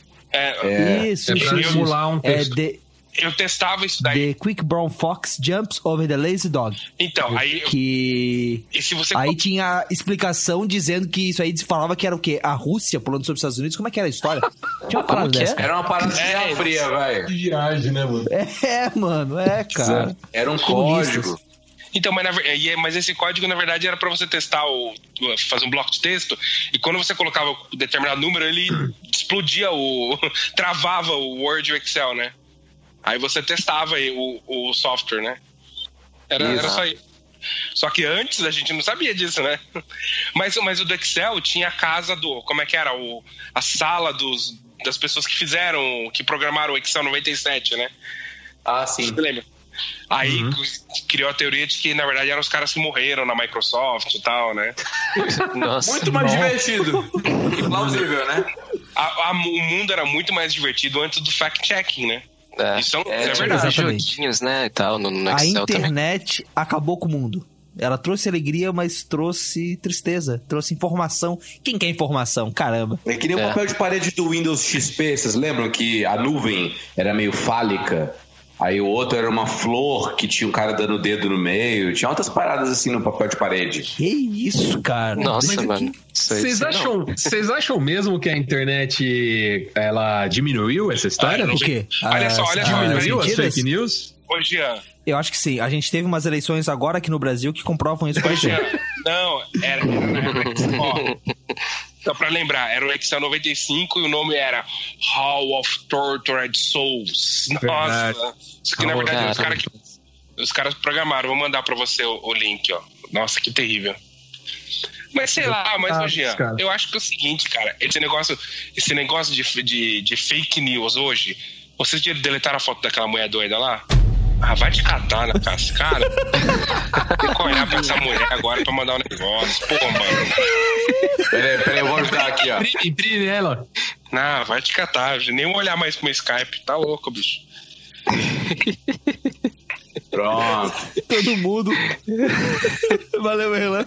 é, É. Isso, é isso, pra isso. simular um É texto. the, eu testava isso daí. the Quick Brown Fox Jumps Over the Lazy Dog. Então, aí. eu- Que... E se você. Aí tinha a explicação dizendo que isso aí falava que era o quê? A Rússia pulando sobre os Estados Unidos? Como é que era a história? Tinha uma parada que é? dessa. Era uma parada de É, Guerra Fria, velho. Que viagem, né, mano? É, mano, é, cara. Era um Comunistas. código. Então, mas, na ver- e é- mas esse código, na verdade, era para você testar o. fazer um bloco de texto, e quando você colocava um determinado número, ele explodia o. travava o Word e o Excel, né? Aí você testava aí o, o software, né? Era, Isso. era só isso. Só que antes a gente não sabia disso, né? Mas, mas o do Excel tinha a casa do. Como é que era? O, a sala dos, das pessoas que fizeram, que programaram o Excel noventa e sete, né? Ah, sim. Você lembra? Aí criou a teoria de que, na verdade, eram os caras que morreram na Microsoft e tal, né? Nossa. Muito mais divertido. E plausível, né? A- a- o mundo era muito mais divertido antes do fact-checking, né? É, Isso é, é, é tinha verdade. uns joguinhos, né, e tal, no, no A Excel também. internet acabou com o mundo. Ela trouxe alegria, mas trouxe tristeza. Trouxe informação. Quem quer informação? Caramba. É que nem o É. papel de parede do Windows X P, vocês lembram que a nuvem era meio fálica? Aí o outro era uma flor que tinha um cara dando o dedo no meio. Tinha outras paradas assim no papel de parede. Que isso, cara? Nossa, Mas mano. Isso aí, Vocês isso aí não. acham, vocês acham mesmo que a internet ela diminuiu essa história? Ah, eu O quê? Olha só, As- olha as só, Diminuiu as mentiras? fake news? Ô, Jean, Eu acho que sim. A gente teve umas eleições agora aqui no Brasil que comprovam isso, por ô, Jean, exemplo. não, era, era, era ó, só pra lembrar, era o Excel noventa e cinco e o nome era Hall of Tortured Souls. Verdade. Nossa, isso que na Oh, verdade os cara. caras que os caras programaram. Vou mandar pra você o, o link, ó. Nossa, que terrível. Mas sei lá, mas Ah, ô, Jean, cara. eu acho que é o seguinte, cara, esse negócio, esse negócio de, de, de fake news hoje, vocês já deletaram a foto daquela mulher doida lá? Ah, vai te catar na casa, cara. Tem que olhar pra essa mulher agora pra mandar um negócio. Pô, mano. Peraí, peraí, eu vou ajudar aqui, ó. Imprime, imprime ela. Não, vai te catar. Nem vou olhar mais pro meu Skype. Tá louco, bicho. Pronto. Todo mundo. Valeu, Erlan.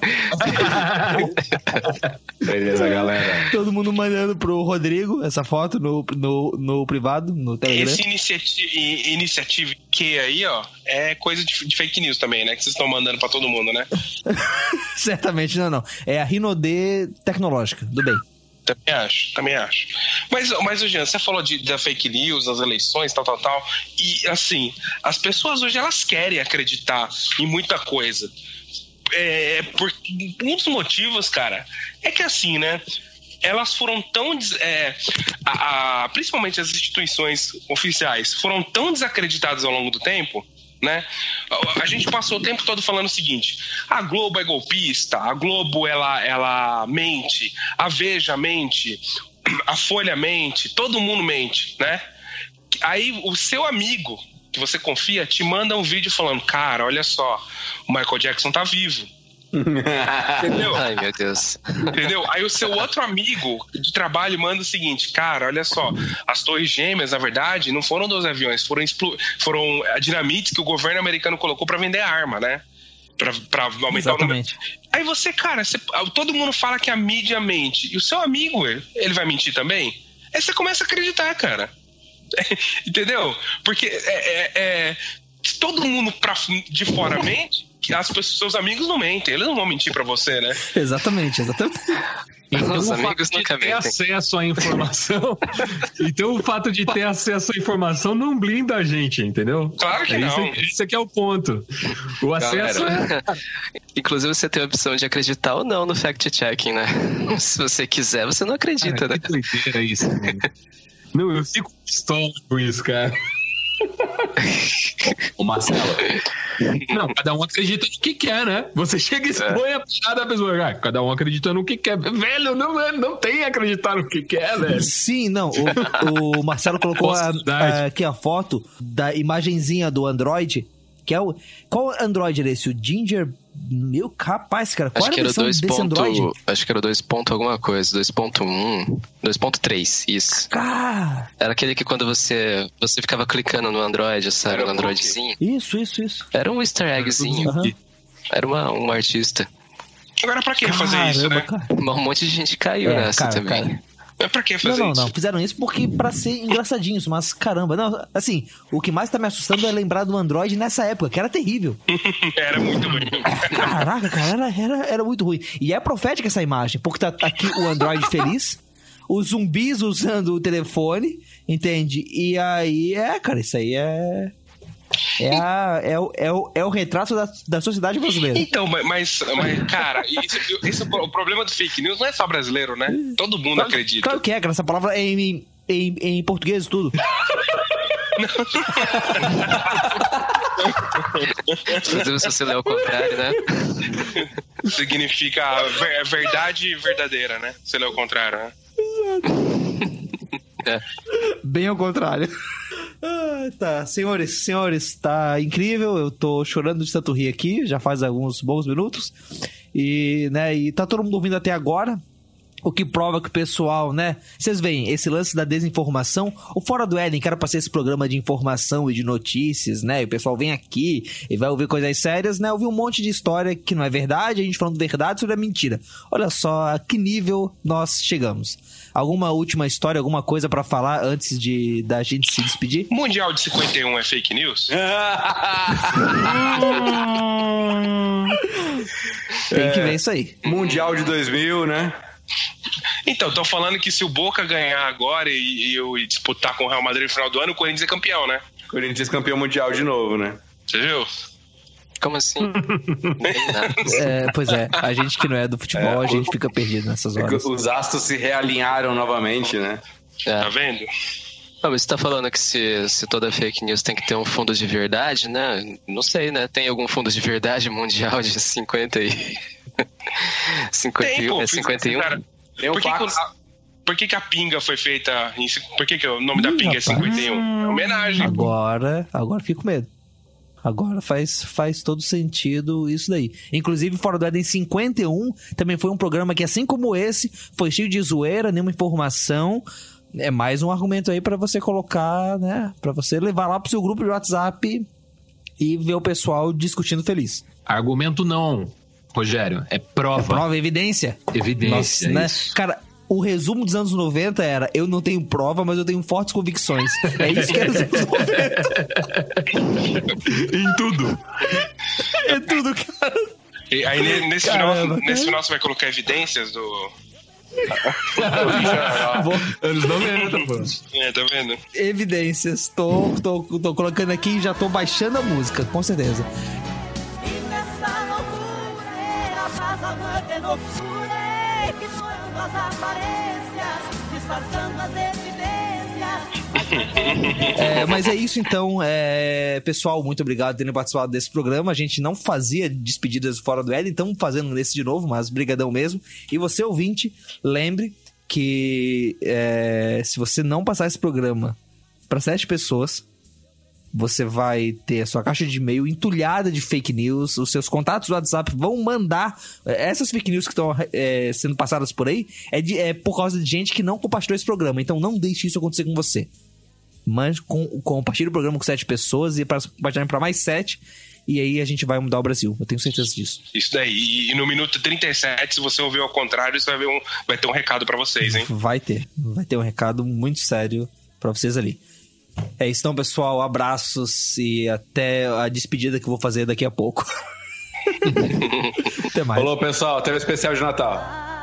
Beleza, galera. Todo mundo mandando pro Rodrigo essa foto no, no, no privado, no Telegram. Esse iniciativa, iniciativa Q aí, ó, é coisa de, de fake news também, né? Que vocês estão mandando pra todo mundo, né? Certamente, não, não. É a Rinode tecnológica, do bem. Também acho, também acho. Mas, mas Jean, você falou de, da fake news, das eleições, tal, tal, tal. E, assim, as pessoas hoje, elas querem acreditar em muita coisa. É, por, um dos motivos, cara, é que assim, né? Elas foram tão... des- É, a, a, principalmente as instituições oficiais foram tão desacreditadas ao longo do tempo, né? A, a gente passou o tempo todo falando o seguinte: a Globo é golpista, a Globo ela, ela mente, a Veja mente, a Folha mente, todo mundo mente, né? Aí o seu amigo que você confia te manda um vídeo falando: cara, olha só, o Michael Jackson tá vivo. Entendeu? Ai, meu Deus. Entendeu? Aí o seu outro amigo de trabalho manda o seguinte: cara, olha só, as torres gêmeas, na verdade, não foram doze aviões, foram, explo- foram dinamites que o governo americano colocou pra vender arma, né? Pra, pra aumentar Exatamente. o número. Aí você, cara, você- todo mundo fala que a mídia mente. E o seu amigo, ele vai mentir também? Aí você começa a acreditar, cara. Entendeu? Porque é, é- é- Se todo mundo pra, de fora mente, que as pessoas, seus amigos não mentem. Eles não vão mentir pra você, né? Exatamente, exatamente. Então, Os o amigos fato de nunca ter mentem. acesso à informação. Então, o fato de ter acesso à informação não blinda a gente, entendeu? Claro que é não. Isso, esse aqui é o ponto. O acesso Galera, inclusive você tem a opção de acreditar ou não no fact-checking, né? Se você quiser, você não acredita, cara, né? que doideira isso, mano. Não, eu fico pistola com isso, cara. Ô, Marcelo. Não, cada um acredita no que quer, né? Você chega e expõe a parada da pessoa. Ah, cada um acredita no que quer. Velho, não, é- não tem acreditar no que quer, velho. Sim, não. O, o Marcelo colocou a- a- aqui a foto da imagenzinha do Android, que é o... Qual Android era esse? O Ginger... Meu capaz, cara. Qual Acho que era a era o versão dois desse Android? ponto, acho que era o dois ponto alguma coisa, dois ponto um, dois ponto três, isso. Ah, Era aquele que quando você você ficava clicando no Android, sabe, no Androidzinho. isso, isso, isso. Era um easter eggzinho. Aham. Era uma, um artista. Agora, pra que fazer isso, né? cara. Um monte de gente caiu É, nessa cara, também. cara. Mas pra que Não, fazer não, isso? não. Fizeram isso porque pra ser engraçadinhos, mas caramba. Não, assim, o que mais tá me assustando é lembrar do Android nessa época, que era terrível. Era muito ruim. Caraca, cara, era, era, era muito ruim. E é profética essa imagem, porque tá aqui o Android feliz, os zumbis usando o telefone, entende? E aí, é, cara, isso aí é... É, a, é, o, é, o, é o retrato da, da sociedade brasileira. Então, mas, mas, mas, cara, isso, isso, o problema do fake news não é só brasileiro, né? Todo mundo Claro, acredita. claro que é, cara. Essa palavra é em, em, em português e tudo. Inclusive, se você ler ao contrário, né? Significa ver- verdade verdadeira, né? Se lê ao contrário, né? É. Bem ao contrário. Ah, tá, senhores, senhores, tá incrível. Eu tô chorando de tanto rir aqui, já faz alguns bons minutos. E, né, e tá todo mundo ouvindo até agora. O que prova que o pessoal, né? Vocês veem, esse lance da desinformação. O Fora do Éden, que era pra ser esse programa de informação e de notícias, né? E o pessoal vem aqui e vai ouvir coisas sérias, né? Ouvir um monte de história que não é verdade, a gente falando verdade sobre a mentira. Olha só a que nível nós chegamos. Alguma última história, alguma coisa pra falar antes de da gente se despedir? Mundial de cinquenta e um é fake news? Tem que ver isso aí. Mundial de dois mil, né? Então, estão falando que se o Boca ganhar agora e, e, eu- e disputar com o Real Madrid no final do ano, o Corinthians é campeão, né? Corinthians campeão mundial de novo, né? Você viu? Como assim? É, pois é, a gente que não é do futebol, É, a gente o- fica perdido nessas horas. Os astros se realinharam novamente, né? É. Tá vendo? Não, mas você tá falando que se, se toda fake news tem que ter um fundo de verdade, né? Não sei, né? Tem algum fundo de verdade mundial de cinquenta e... cinquenta e um? Tem, pô, É cinquenta e um? cara. Tem um Por que, que, fax. o- por que, que a pinga foi feita em, cin- por que, que o nome da Ih, pinga rapaz. é cinquenta e um? É homenagem. Agora, agora fico com medo. Agora faz, faz todo sentido isso daí. Inclusive, Fora do Éden cinquenta e um também foi um programa que, assim como esse, foi cheio de zoeira, nenhuma informação. É mais um argumento aí pra você colocar, né? Pra você levar lá pro seu grupo de WhatsApp e ver o pessoal discutindo feliz. Argumento não, Rogério. É prova. É prova, evidência. Evidência. Nossa, né? isso. Cara, o resumo dos anos noventa era: eu não tenho prova, mas eu tenho fortes convicções. É isso que era os anos noventa. Em tudo. É tudo, cara. E aí ne- nesse Caramba, final, cara. nesse final você vai colocar evidências do. Anos noventa, pô. É, tá vendo? Evidências. Tô, tô, tô colocando aqui e já tô baixando a música, com certeza. E nessa loucura, a paz amante no obscure, ignorando as aparências, disfarçando as evidências. É, mas é isso então, é, pessoal, muito obrigado por terem participado desse programa. A gente não fazia despedidas fora do Éden, então fazendo nesse de novo, mas brigadão mesmo. E você, ouvinte, lembre que é, se você não passar esse programa para sete pessoas, você vai ter a sua caixa de e-mail entulhada de fake news. Os seus contatos do WhatsApp vão mandar essas fake news que estão é, sendo passadas por aí. É, de, é por causa de gente que não compartilhou esse programa. Então não deixe isso acontecer com você. Mas com, compartilhe o programa com sete pessoas e para compartilhar para mais sete. E aí a gente vai mudar o Brasil. Eu tenho certeza disso. Isso daí. E, e no minuto trinta e sete, se você ouvir ao contrário, você vai, ver um, vai ter um recado pra vocês, hein? Vai ter. Vai ter um recado muito sério para vocês ali. É isso então, pessoal. Abraços e até a despedida que eu vou fazer daqui a pouco. Até mais. Falou, pessoal. Teve especial de Natal.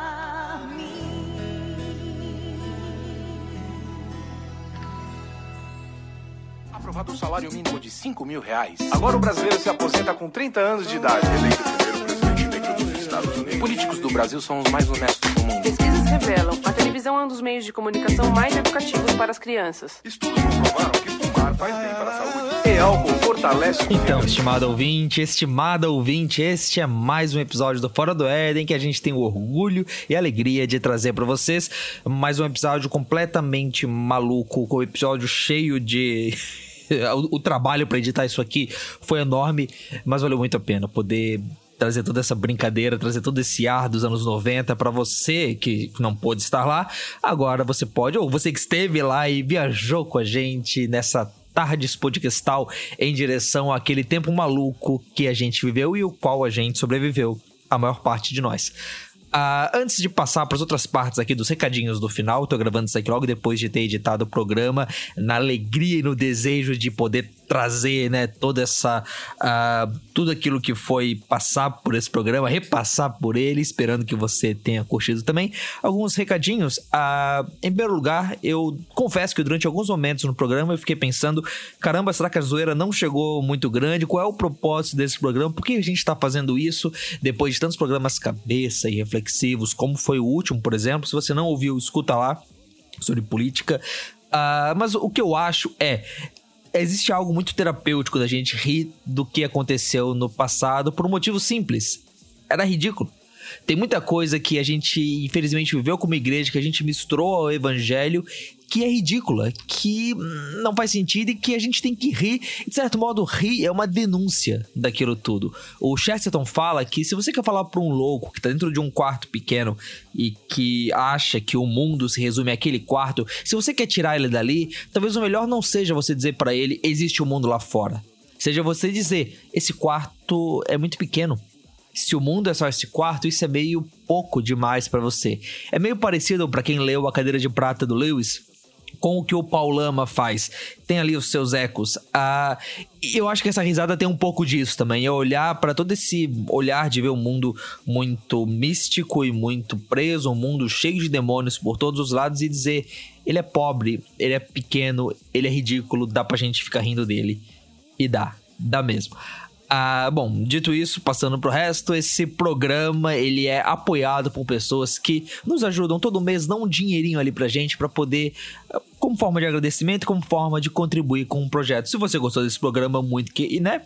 Aprovado um salário mínimo de cinco mil reais. Agora o brasileiro se aposenta com trinta anos de idade. Eleito o primeiro presidente negro dos Estados Unidos. Políticos do Brasil são os mais honestos do mundo. Pesquisas revelam, a televisão é um dos meios de comunicação mais educativos para as crianças. Estudos comprovaram que fumar faz bem para a saúde. E álcool fortalece o Então, estimado ouvinte, estimada ouvinte, este é mais um episódio do Fora do Éden que a gente tem o orgulho e a alegria de trazer para vocês. Mais um episódio completamente maluco, com um episódio cheio de... o, o trabalho para editar isso aqui foi enorme, mas valeu muito a pena poder... trazer toda essa brincadeira, trazer todo esse ar dos anos noventa pra você que não pôde estar lá. Agora você pode, ou você que esteve lá e viajou com a gente nessa tarde podcastal em direção àquele tempo maluco que a gente viveu e o qual a gente sobreviveu, a maior parte de nós. Uh, antes de passar para as outras partes aqui dos recadinhos do final, tô gravando isso aqui logo depois de ter editado o programa, na alegria e no desejo de poder trazer, né, toda essa uh, tudo aquilo que foi passar por esse programa, repassar por ele, esperando que você tenha curtido também. Alguns recadinhos. Uh, em primeiro lugar, eu confesso que durante alguns momentos no programa eu fiquei pensando, caramba, será que a zoeira não chegou muito grande? Qual é o propósito desse programa? Por que a gente está fazendo isso depois de tantos programas cabeça e reflexivos, como foi o último, por exemplo? Se você não ouviu, escuta lá, sobre política. Uh, mas o que eu acho é... existe algo muito terapêutico da gente rir do que aconteceu no passado por um motivo simples. Era ridículo. Tem muita coisa que a gente, infelizmente, viveu como igreja, que a gente misturou ao evangelho, que é ridícula, que não faz sentido e que a gente tem que rir. E, de certo modo, rir é uma denúncia daquilo tudo. O Chesterton fala que se você quer falar para um louco que tá dentro de um quarto pequeno e que acha que o mundo se resume àquele quarto, se você quer tirar ele dali, talvez o melhor não seja você dizer para ele, existe um mundo lá fora. Seja você dizer, esse quarto é muito pequeno. Se o mundo é só esse quarto, isso é meio pouco demais pra você. É meio parecido, pra quem leu A Cadeira de Prata do Lewis, com o que o Paul Lama faz. Tem ali os seus ecos. Ah, eu acho que essa risada tem um pouco disso também. É olhar pra todo esse olhar de ver um mundo muito místico e muito preso, um mundo cheio de demônios por todos os lados e dizer, ele é pobre, ele é pequeno, ele é ridículo, dá pra gente ficar rindo dele. E dá, dá mesmo. Ah, bom, dito isso, passando pro resto, esse programa, ele é apoiado por pessoas que nos ajudam todo mês, dão um dinheirinho ali pra gente, pra poder, como forma de agradecimento, como forma de contribuir com o projeto. Se você gostou desse programa muito, que, né,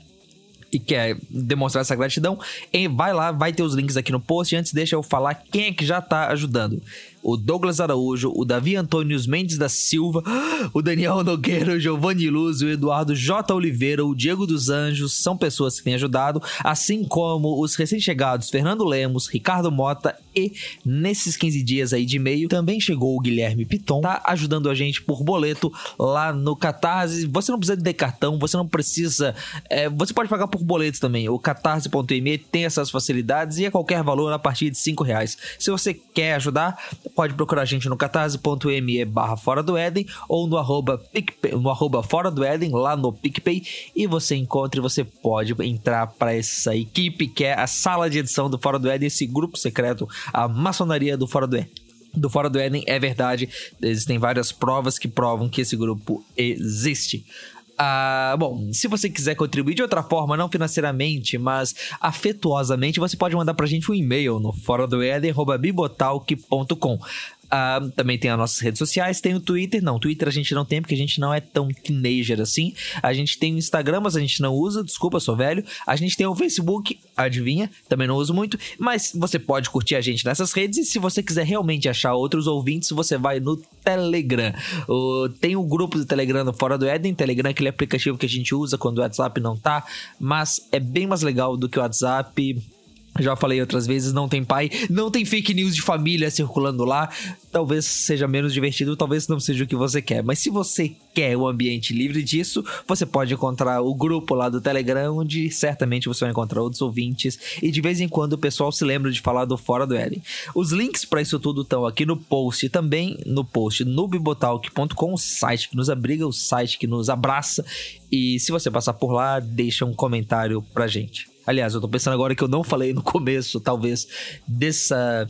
e quer demonstrar essa gratidão, vai lá, vai ter os links aqui no post. Antes, deixa eu falar quem é que já tá ajudando. O Douglas Araújo, o Davi Antônio Mendes da Silva, o Daniel Nogueira, o Giovanni Luz, o Eduardo J. Oliveira, o Diego dos Anjos, são pessoas que têm ajudado, assim como os recém-chegados Fernando Lemos, Ricardo Mota e, nesses quinze dias aí de meio, também chegou o Guilherme Piton, tá ajudando a gente por boleto lá no Catarse. Você não precisa de cartão, você não precisa... É, você pode pagar por boleto também. O catarse ponto me tem essas facilidades e a qualquer valor a partir de cinco reais. Se você quer ajudar, pode procurar a gente no catarse ponto me barra Fora do Éden ou no arroba, PicPay, no arroba Fora do Éden, lá no PicPay, e você encontra e você pode entrar para essa equipe que é a sala de edição do Fora do Éden, esse grupo secreto, a maçonaria do Fora do Éden. Do Fora do Éden, é verdade, existem várias provas que provam que esse grupo existe. Ah, bom, se você quiser contribuir de outra forma, não financeiramente, mas afetuosamente, você pode mandar pra gente um e-mail no fora do éden arroba bibotalk ponto com. Ah, também tem as nossas redes sociais, tem o Twitter. Não, Twitter a gente não tem porque a gente não é tão teenager assim. A gente tem o Instagram, mas a gente não usa, desculpa, sou velho. A gente tem o Facebook, adivinha, também não uso muito. Mas você pode curtir a gente nessas redes. E se você quiser realmente achar outros ouvintes, você vai no Telegram. O, tem o grupo do Telegram no Fora do Éden. Telegram é aquele aplicativo que a gente usa quando o WhatsApp não tá, mas é bem mais legal do que o WhatsApp. Já falei outras vezes, não tem pai, não tem fake news de família circulando lá. Talvez seja menos divertido, talvez não seja o que você quer. Mas se você quer um ambiente livre disso, você pode encontrar o grupo lá do Telegram, onde certamente você vai encontrar outros ouvintes. E de vez em quando o pessoal se lembra de falar do Fora do Éden. Os links para isso tudo estão aqui no post, também no post no bibotalk ponto com, o site que nos abriga, o site que nos abraça. E se você passar por lá, deixa um comentário pra gente. Aliás, eu tô pensando agora que eu não falei no começo, talvez, dessa,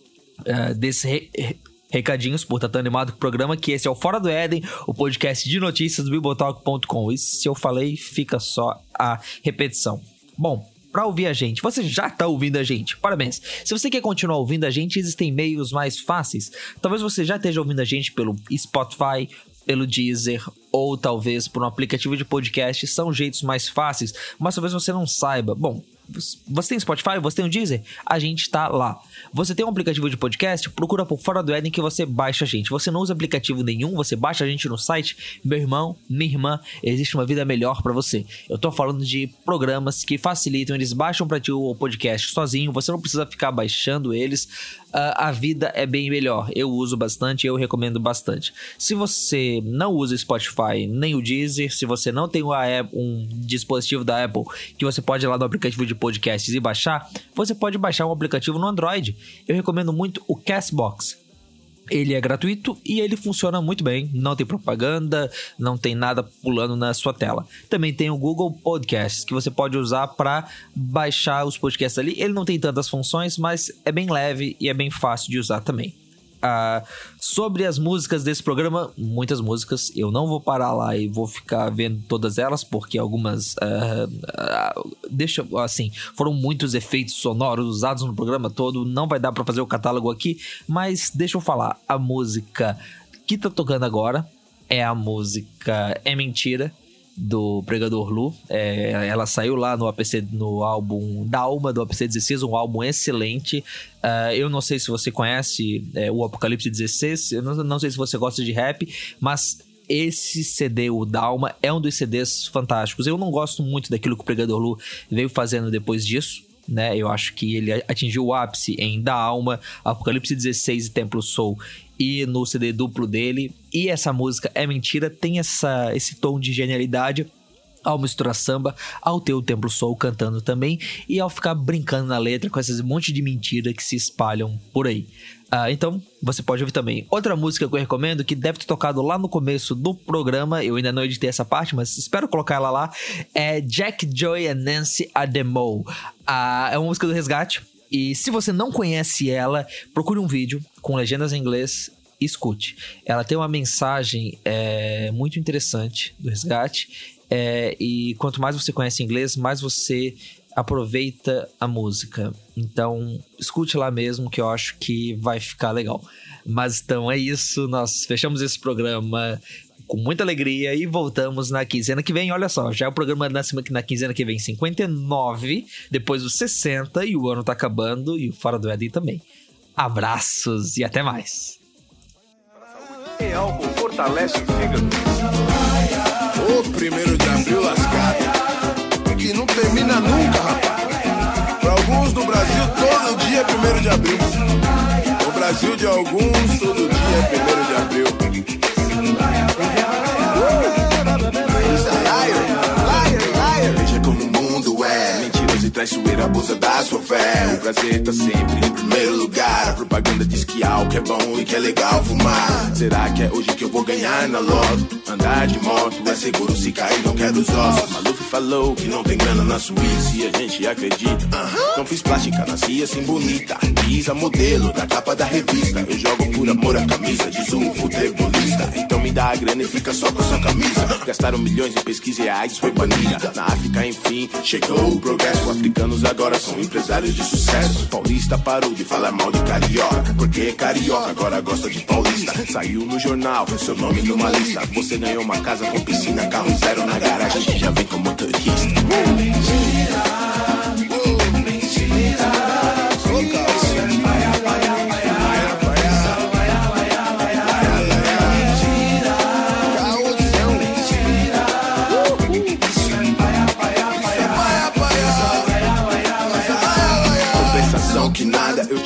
uh, desse re recadinhos, por estar tão animado com o programa, que esse é o Fora do Éden, o podcast de notícias do bibotalk ponto com. E se eu falei, fica só a repetição. Bom, para ouvir a gente, você já tá ouvindo a gente, parabéns. Se você quer continuar ouvindo a gente, existem meios mais fáceis. Talvez você já esteja ouvindo a gente pelo Spotify, pelo Deezer ou talvez por um aplicativo de podcast, são jeitos mais fáceis, mas talvez você não saiba. Bom, você tem Spotify, você tem o Deezer? A gente tá lá. Você tem um aplicativo de podcast? Procura por Fora do Éden que você baixa a gente. Você não usa aplicativo nenhum, você baixa a gente no site. Meu irmão, minha irmã, existe uma vida melhor pra você. Eu tô falando de programas que facilitam, eles baixam pra ti o podcast sozinho, você não precisa ficar baixando eles. Uh, a vida é bem melhor. Eu uso bastante, eu recomendo bastante. Se você não usa Spotify nem o Deezer, se você não tem um dispositivo da Apple que você pode ir lá no aplicativo de podcasts e baixar, você pode baixar um aplicativo no Android. Eu recomendo muito o Castbox. Ele é gratuito e ele funciona muito bem. Não tem propaganda, não tem nada pulando na sua tela. Também tem o Google Podcasts, que você pode usar para baixar os podcasts ali. Ele não tem tantas funções, mas é bem leve e é bem fácil de usar também. Uh, sobre as músicas desse programa, muitas músicas, eu não vou parar lá e vou ficar vendo todas elas, porque algumas uh, uh, deixa, assim, foram muitos efeitos sonoros usados no programa todo, não vai dar pra fazer o catálogo aqui, mas deixa eu falar, a música que tá tocando agora é a música É Mentira, do Pregador Lu. É, ela saiu lá no A P C, no álbum da Alma do A P C dezesseis, um álbum excelente. Uh, eu não sei se você conhece é, o Apocalipse dezesseis, eu não, não sei se você gosta de rap, mas esse C D, o Dalma, é um dos C Ds fantásticos. Eu não gosto muito daquilo que o Pregador Lu veio fazendo depois disso, né? Eu acho que ele atingiu o ápice em Da Alma, Apocalipse dezesseis e Templo Soul, e no C D duplo dele. E essa música É Mentira tem essa, esse tom de genialidade ao misturar samba, ao ter o Templo Soul cantando também, e ao ficar brincando na letra com esses monte de mentira que se espalham por aí. Uh, então, você pode ouvir também. Outra música que eu recomendo, que deve ter tocado lá no começo do programa, eu ainda não editei essa parte, mas espero colocar ela lá, é Jack, Joy and Nancy Ademo. Uh, é uma música do Resgate, e se você não conhece ela, procure um vídeo com legendas em inglês e escute. Ela tem uma mensagem é, muito interessante do Resgate, é, e quanto mais você conhece inglês, mais você aproveita a música. Então, escute lá mesmo, que eu acho que vai ficar legal. Mas então é isso, nós fechamos esse programa com muita alegria e voltamos na quinzena que vem. Olha só, já é o programa na, na quinzena que vem cinquenta e nove, depois os sessenta, e o ano tá acabando, e o Fora do Éden também. Abraços e até mais. E álcool fortalece o fígado. Ô, primeiro de abril lascado, que não termina nunca, rapaz. Para alguns do Brasil, todo dia é primeiro de abril. No Brasil de alguns, todo dia é primeiro de abril. Veja como o mundo é, mentiroso e traiçoeiro abusa da sua fé. O prazer tá sempre em primeiro lugar. A propaganda diz que álcool é bom e que é legal fumar. Será que é hoje que eu vou ganhar na loto? Andar de moto é seguro, se cair não quero os ossos. Maluf falou que não tem grana na Suíça e a gente acredita. uh-huh. Não fiz plástica, nasci assim bonita. Fiz a modelo da capa da revista. Eu jogo por amor a camisa, diz um futebolista. Então me dá a grana e fica só com a sua camisa. Gastaram milhões em pesquisa e a AIDS foi banida. Na África, enfim, chegou o progresso. Africanos agora são empresários de sucesso. Paulista parou de falar mal de carioca, porque carioca agora gosta de paulista. Saiu no jornal, seu nome numa lista. Você ganhou uma casa com piscina, carro zero na garagem, que já vem com motorista. Mentira, oh, mentira.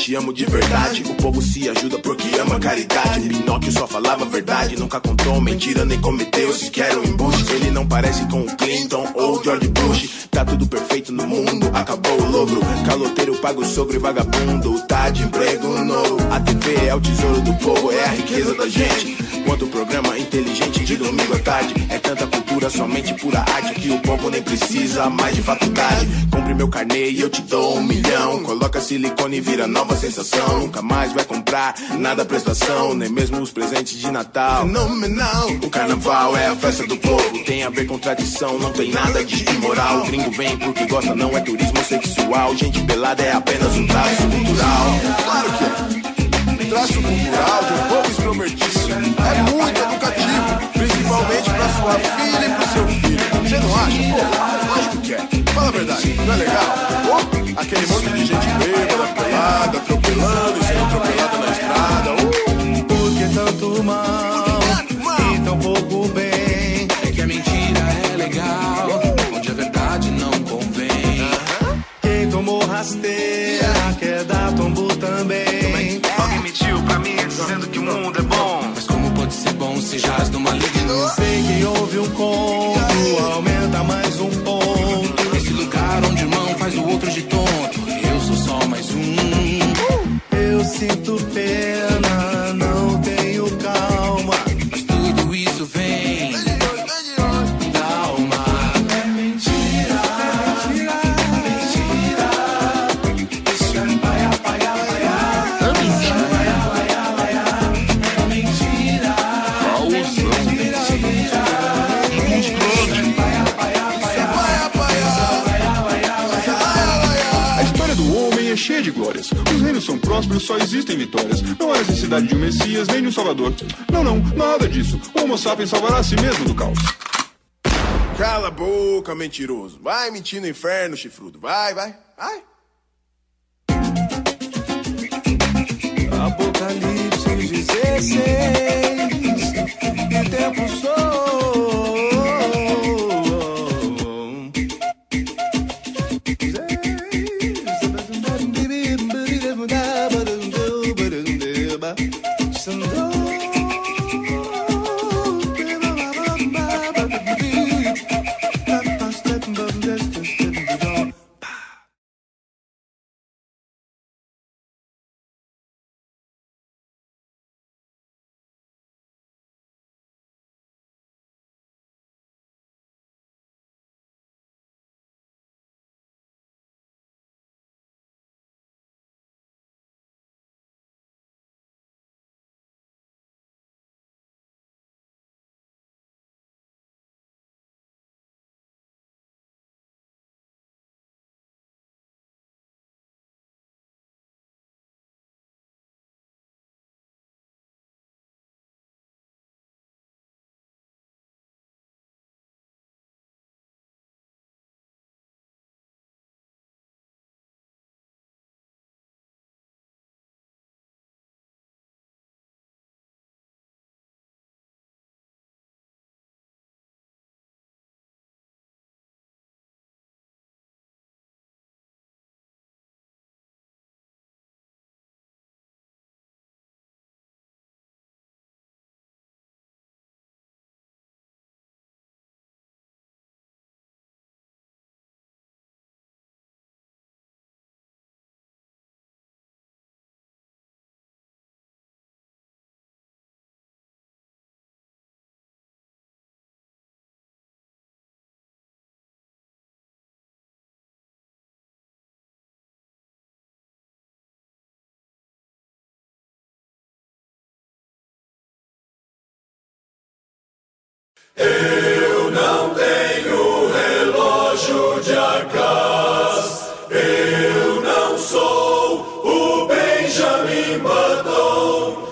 te amo de verdade. O povo se ajuda porque ama caridade. Pinóquio só falava a verdade, nunca contou mentira nem cometeu sequer um embuste. Ele não parece com o Clinton ou George Bush. Tá tudo perfeito no mundo, acabou o logro. Caloteiro paga o sogro e vagabundo, tá de emprego novo. A T V é o tesouro do povo, é a riqueza da gente. Quanto programa inteligente de domingo à tarde. É tanta cultura, somente pura arte, que o povo nem precisa mais de faculdade. Compre meu carnê e eu te dou um milhão. Coloca silicone e vira nova sensação. Nunca mais vai comprar nada prestação, nem mesmo os presentes de Natal. Fenomenal. O carnaval é a festa do povo, tem a ver com tradição, não tem nada de imoral. O gringo vem porque gosta, não é turismo sexual. Gente pelada é apenas um traço cultural. Claro que é. Traço cultural de um povo extrovertido. É muito educativo, principalmente pra sua filha e pro seu filho. Você não acha? Pô, lógico que é. Fala a verdade, não é legal? Pô, aquele monte de gente bêbada, pelada, atropelando e sendo atropelada na estrada. Uh, por que tanto mal e tão pouco bem? É que a mentira é legal, onde a verdade não convém. Uh-huh. Quem tomou rasteira, quer dar tombo também. Alguém mentiu pra mim dizendo que o mundo é bom. Mas como pode ser bom se jaz no maligno? Sei que houve um conto, aumenta mais um ponto. Nesse lugar onde o irmão faz o outro de tonto, eu sou só mais um. Eu sinto pena, não tenho calma, mas tudo isso vem da alma. É mentira, mentira, mentira. Isso é paia, paia, paia. Cheia de glórias. Os reinos são prósperos, só existem vitórias. Não há necessidade de um Messias nem de um Salvador. Não, não, nada disso. O Homo sapiens salvará a si mesmo do caos. Cala a boca, mentiroso. Vai mentir no inferno, chifrudo. Vai, vai, vai. Apocalipse dezesseis. Que tempo sou? Eu não tenho relógio de Arcas. Eu não sou o Benjamin Button.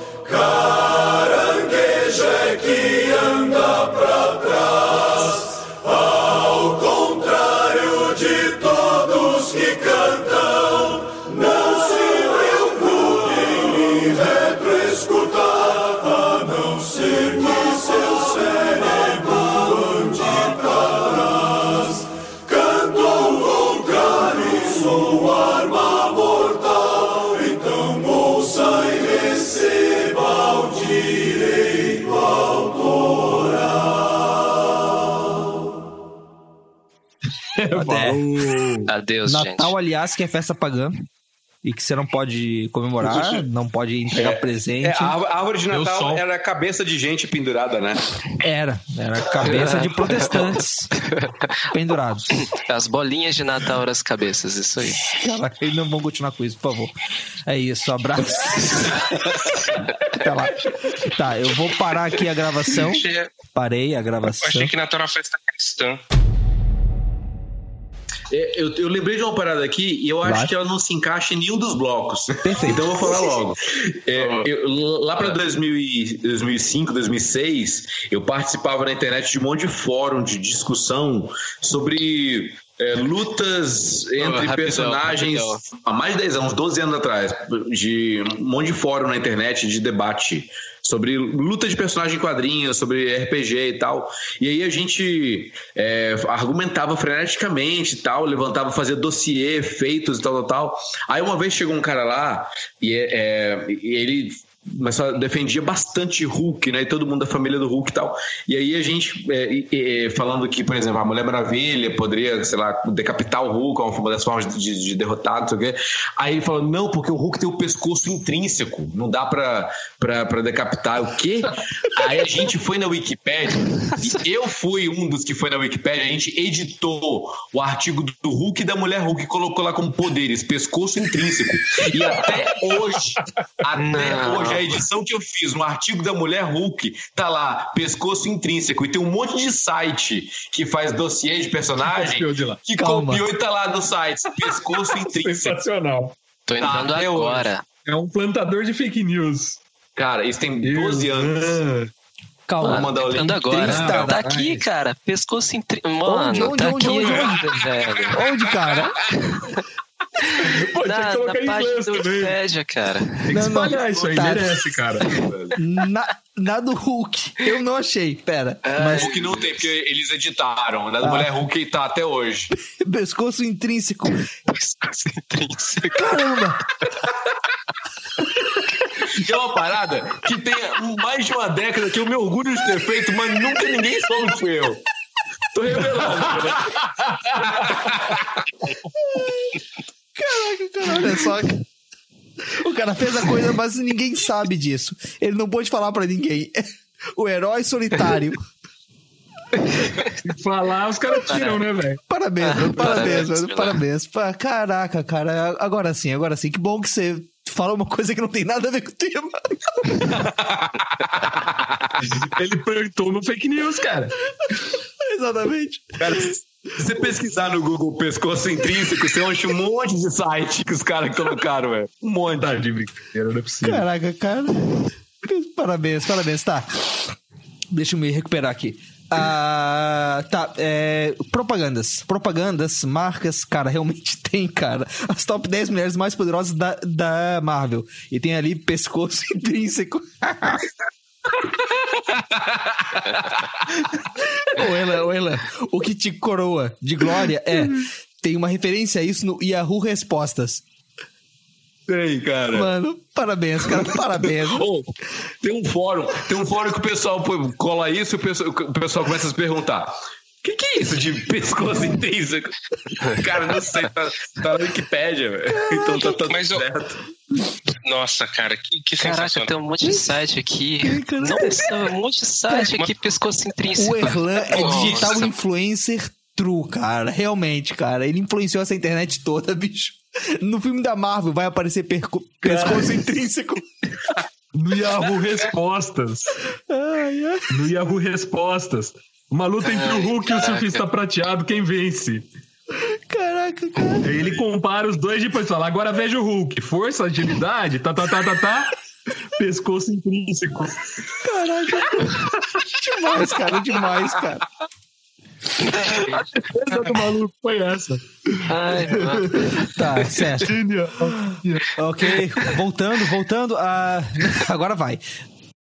Caranguejo é que anda pra trás. Ao contrário de todos que cantam, não se preocupem em retroescutar, a não ser que seu cérebro ande para Até. Adeus, gente. Natal, aliás, que é festa pagã. E que você não pode comemorar, não pode entregar É, presente. é, a árvore- a árvore de Meu Natal sol. era cabeça de gente pendurada, né? Era, era cabeça de protestantes pendurados. As bolinhas de Natal eram as cabeças, isso aí. Caraca, eles não vão continuar com isso, por favor. É isso, abraço. Até lá. Tá, eu vou parar aqui a gravação. Parei a gravação. Eu achei que Natal era uma festa cristã. É, Eu, eu lembrei de uma parada aqui e eu acho Vai. que ela não se encaixa em nenhum dos blocos. Perfeito. Então eu vou falar logo. É, eu- lá para dois mil e cinco, dois mil e seis, eu participava na internet de um monte de fórum de discussão sobre é, lutas entre rapidão, personagens rapidão. há mais de dez anos, doze anos atrás, de um monte de fórum na internet de debate sobre luta de personagem em quadrinhos, sobre R P G e tal. E aí a gente é, argumentava freneticamente e tal, levantava, fazia dossiê, feitos e tal, tal, tal. Aí uma vez chegou um cara lá e, é, e ele mas só defendia bastante Hulk, né? E todo mundo da família do Hulk e tal. E aí a gente, é, é, falando que, por exemplo, a Mulher Maravilha poderia, sei lá, decapitar o Hulk, uma das formas de, de derrotar, não sei o quê. Aí ele falou, não, porque o Hulk tem o pescoço intrínseco, não dá pra, pra, pra decapitar. O quê? Aí a gente foi na Wikipédia, e eu fui um dos que foi na Wikipédia, a gente editou o artigo do Hulk e da Mulher Hulk e colocou lá como poderes, pescoço intrínseco. E até hoje, até Não. hoje, a edição que eu fiz no artigo da Mulher Hulk tá lá, pescoço intrínseco. E tem um monte de site que faz dossiê de personagem que Calma. copiou e tá lá no site. Pescoço intrínseco. Sensacional. Tô entrando Tá, até agora. É um plantador de fake news. Cara, isso tem doze anos. Calma. Vou mandar o link. Entrando agora. trinta. Tá aqui, cara. Pescoço intrínseco. Mano, Onde, onde, tá onde, aqui onde, ainda, velho. Onde, cara? Pô, tinha que Na, na colocar em página inglês do também. Wikipedia, cara. Tem que Não, não. espalhar isso aí, Tá. merece, cara. Na, na do Hulk. Eu não achei, pera. Mas Hulk não tem, porque eles editaram. Na Ah. Mulher Hulk tá até hoje. Pescoço intrínseco. Pescoço intrínseco. Caramba. É uma parada que tem mais de uma década que eu me orgulho de ter feito, mas nunca ninguém soube que fui eu. Tô revelando. Caraca, cara, olha só. O cara fez a coisa, mas ninguém sabe disso. Ele não pôde falar pra ninguém. O herói solitário. Falar, os caras tiram, né, velho? Parabéns, mano, parabéns, mano, Parabéns, parabéns. Pa- Caraca, cara, agora sim, agora sim. Que bom que você falou uma coisa que não tem nada a ver com o tema. Ele plantou no fake news, cara. Exatamente. Cara, se você pesquisar no Google pescoço intrínseco, você acha um monte de site que os caras colocaram, velho. Um monte. Tá de brincadeira, não é possível. Caraca, cara. Parabéns, parabéns, tá. Deixa eu me recuperar aqui. Ah, tá, é, propagandas. Propagandas, marcas, cara, realmente tem, cara. As top dez mulheres mais poderosas da, da Marvel. E tem ali pescoço intrínseco. Ô, Ela, ô, Ela, o que te coroa de glória é... Tem uma referência a isso no Yahoo Respostas. Tem, cara. Mano, parabéns, cara, parabéns. Oh, tem um fórum, tem um fórum que o pessoal pô, cola isso e o pessoal, o pessoal começa a se perguntar: o que, que é isso de pescoço intrínseco? Cara, não sei, tá, tá na Wikipédia, velho. Então tá tudo Mas eu- certo. Nossa, cara, que, que Caraca, sensacional. tem um monte de site aqui. Nossa, um monte de site aqui, pescoço intrínseco. O Erlan é Nossa. digital influencer true, cara. Realmente, cara. Ele influenciou essa internet toda, bicho. No filme da Marvel vai aparecer perco- pescoço intrínseco. No Yahoo Respostas. Ai, ai. No Yahoo Respostas. Uma luta entre o Hulk e o caraca. surfista prateado, quem vence? Caraca, cara. Aí ele compara os dois e depois fala: agora veja o Hulk. Força, agilidade, tá, tá, tá, tá, tá. Pescoço intrínseco. Caraca. Demais, cara. Demais, cara. A defesa do maluco foi essa. Ai, mano. Tá, certo. Ok, voltando, voltando a... Agora vai.